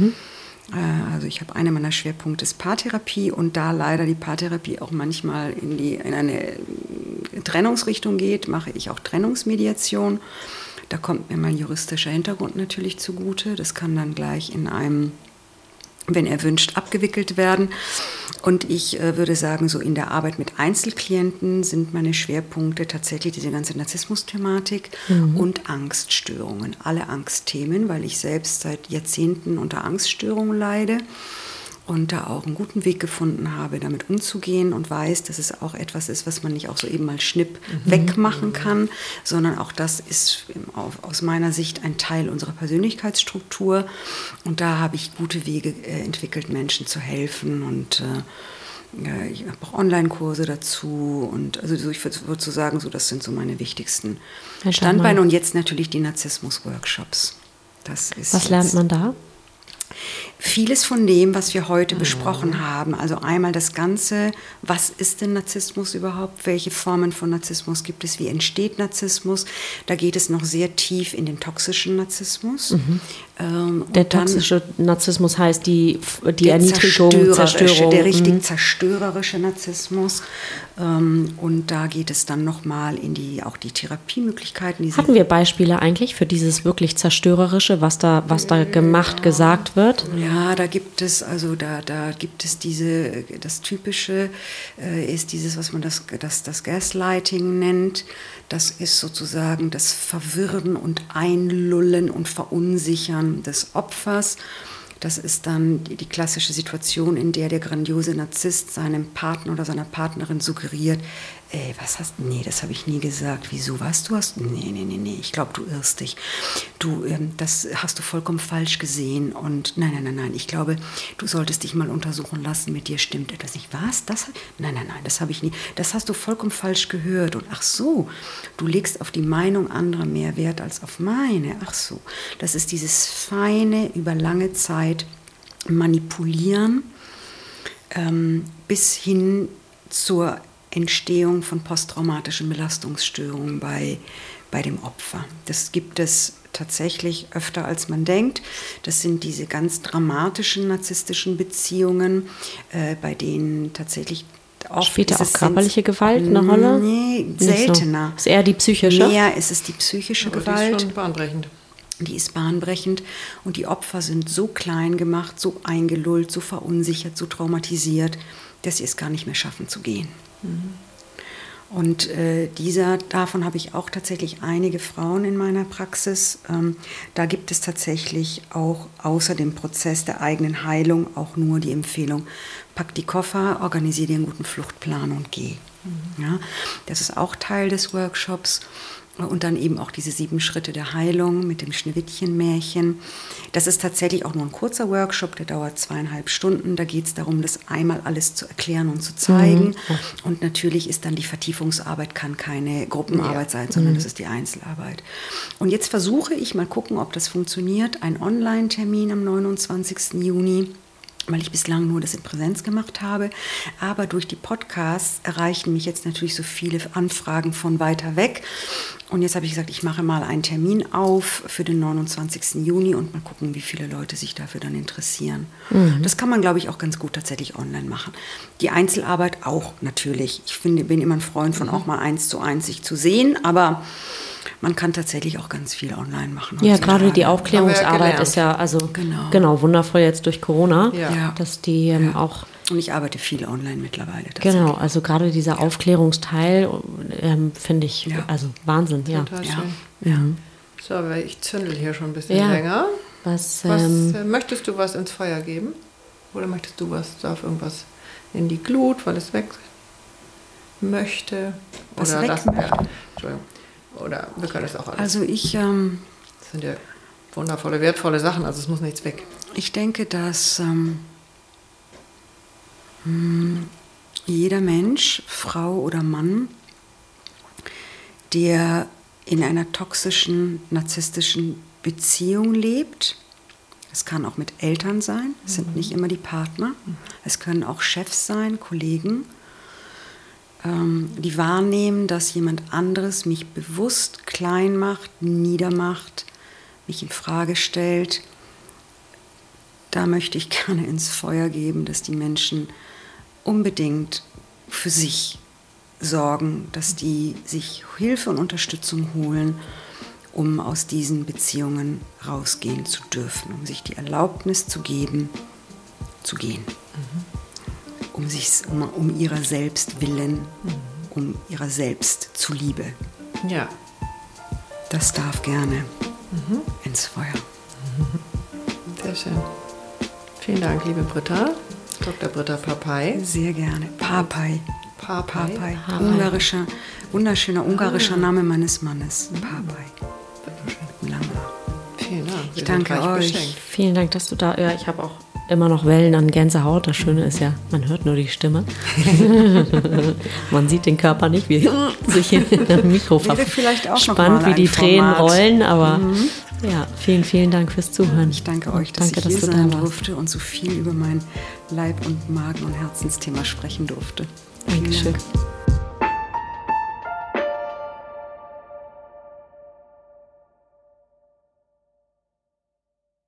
Also ich habe einer meiner Schwerpunkte ist Paartherapie und da leider die Paartherapie auch manchmal in eine Trennungsrichtung geht, mache ich auch Trennungsmediation. Da kommt mir mein juristischer Hintergrund natürlich zugute, das kann dann gleich in einem, wenn erwünscht, abgewickelt werden. Und ich würde sagen, so in der Arbeit mit Einzelklienten sind meine Schwerpunkte tatsächlich diese ganze Narzissmus-Thematik und Angststörungen. Alle Angstthemen, weil ich selbst seit Jahrzehnten unter Angststörungen leide und da auch einen guten Weg gefunden habe, damit umzugehen und weiß, dass es auch etwas ist, was man nicht auch so eben mal schnipp wegmachen kann, sondern auch das ist aus meiner Sicht ein Teil unserer Persönlichkeitsstruktur und da habe ich gute Wege entwickelt, Menschen zu helfen und ich habe auch Online-Kurse dazu und also ich würde so sagen, so, das sind so meine wichtigsten Standbeine und jetzt natürlich die Narzissmus-Workshops. Was lernt man da? Vieles von dem, was wir heute besprochen haben, also einmal das Ganze, was ist denn Narzissmus überhaupt, welche Formen von Narzissmus gibt es, wie entsteht Narzissmus, da geht es noch sehr tief in den toxischen Narzissmus. Der toxische Narzissmus heißt die Erniedrigung, Zerstörung. Der richtig zerstörerische Narzissmus und da geht es dann nochmal in auch die Therapiemöglichkeiten. Hatten wir Beispiele eigentlich für dieses wirklich Zerstörerische, was da gesagt wird? Ja, da gibt es das Typische ist dieses, was man das Gaslighting nennt. Das ist sozusagen das Verwirren und Einlullen und Verunsichern des Opfers. Das ist dann die klassische Situation, in der der grandiose Narzisst seinem Partner oder seiner Partnerin suggeriert, nee, das habe ich nie gesagt. Wieso, was du hast? Nee, ich glaube, du irrst dich. Das hast du vollkommen falsch gesehen und nein, ich glaube, du solltest dich mal untersuchen lassen, mit dir stimmt etwas nicht. Was? Nein, das habe ich nie. Das hast du vollkommen falsch gehört und ach so, du legst auf die Meinung anderer mehr Wert als auf meine. Ach so, das ist dieses feine, über lange Zeit manipulieren bis hin zur Entstehung von posttraumatischen Belastungsstörungen bei dem Opfer. Das gibt es tatsächlich öfter, als man denkt. Das sind diese ganz dramatischen narzisstischen Beziehungen, bei denen tatsächlich oft spielt da auch körperliche Gewalt eine Rolle? Nee, seltener. So. Ist eher die psychische? Mehr ist es die psychische Gewalt. Die ist schon bahnbrechend. Die ist bahnbrechend und die Opfer sind so klein gemacht, so eingelullt, so verunsichert, so traumatisiert, dass sie es gar nicht mehr schaffen zu gehen. Und davon habe ich auch tatsächlich einige Frauen in meiner Praxis. Da gibt es tatsächlich auch außer dem Prozess der eigenen Heilung auch nur die Empfehlung, pack die Koffer, organisiere dir einen guten Fluchtplan und geh. Ja, das ist auch Teil des Workshops. Und dann eben auch diese 7 Schritte der Heilung mit dem Schneewittchen-Märchen. Das ist tatsächlich auch nur ein kurzer Workshop, der dauert 2,5 Stunden. Da geht es darum, das einmal alles zu erklären und zu zeigen. Und natürlich ist dann die Vertiefungsarbeit, kann keine Gruppenarbeit sein, sondern das ist die Einzelarbeit. Und jetzt versuche ich, mal gucken, ob das funktioniert, ein Online-Termin am 29. Juni. Weil ich bislang nur das in Präsenz gemacht habe. Aber durch die Podcasts erreichen mich jetzt natürlich so viele Anfragen von weiter weg. Und jetzt habe ich gesagt, ich mache mal einen Termin auf für den 29. Juni und mal gucken, wie viele Leute sich dafür dann interessieren. Das kann man, glaube ich, auch ganz gut tatsächlich online machen. Die Einzelarbeit auch natürlich. Ich bin immer ein Freund von auch mal 1:1 sich zu sehen, aber man kann tatsächlich auch ganz viel online machen. Ja, gerade die Aufklärungsarbeit ist ja genau wundervoll jetzt durch Corona, dass die auch... Und ich arbeite viel online mittlerweile. Genau, also gerade dieser Aufklärungsteil finde ich also Wahnsinn. Total schön. Ja. So, aber ich zündel hier schon ein bisschen länger. Was möchtest du was ins Feuer geben? Oder möchtest du darf irgendwas in die Glut, weil es weg möchte? Was oder weg das, möchte? Entschuldigung. Oder wir können es auch alles. Also ich... das sind ja wundervolle, wertvolle Sachen, also es muss nichts weg. Ich denke, dass jeder Mensch, Frau oder Mann, der in einer toxischen, narzisstischen Beziehung lebt, es kann auch mit Eltern sein, es sind nicht immer die Partner, es können auch Chefs sein, Kollegen, die wahrnehmen, dass jemand anderes mich bewusst klein macht, niedermacht, mich in Frage stellt. Da möchte ich gerne ins Feuer geben, dass die Menschen unbedingt für sich sorgen, dass die sich Hilfe und Unterstützung holen, um aus diesen Beziehungen rausgehen zu dürfen, um sich die Erlaubnis zu geben, zu gehen. Um ihrer selbst willen, um ihrer selbst zuliebe. Ja. Das darf gerne ins Feuer. Sehr schön. Vielen Dank, liebe Britta. Dr. Britta Papay. Sehr gerne. Papay. Papay. Wunderschöner ungarischer Name meines Mannes. Papay. Lange. Vielen Dank. Ich danke euch. Beschenkt. Vielen Dank, dass du da... Ja, ich habe auch immer noch Wellen an Gänsehaut. Das Schöne ist ja, man hört nur die Stimme. Man sieht den Körper nicht, wie sich in dem Mikro verspannt, wie die Tränen rollen. Aber ja, vielen, vielen Dank fürs Zuhören. Ich danke euch, dass ich hier sein durfte und so viel über mein Leib- und Magen- und Herzensthema sprechen durfte. Dankeschön.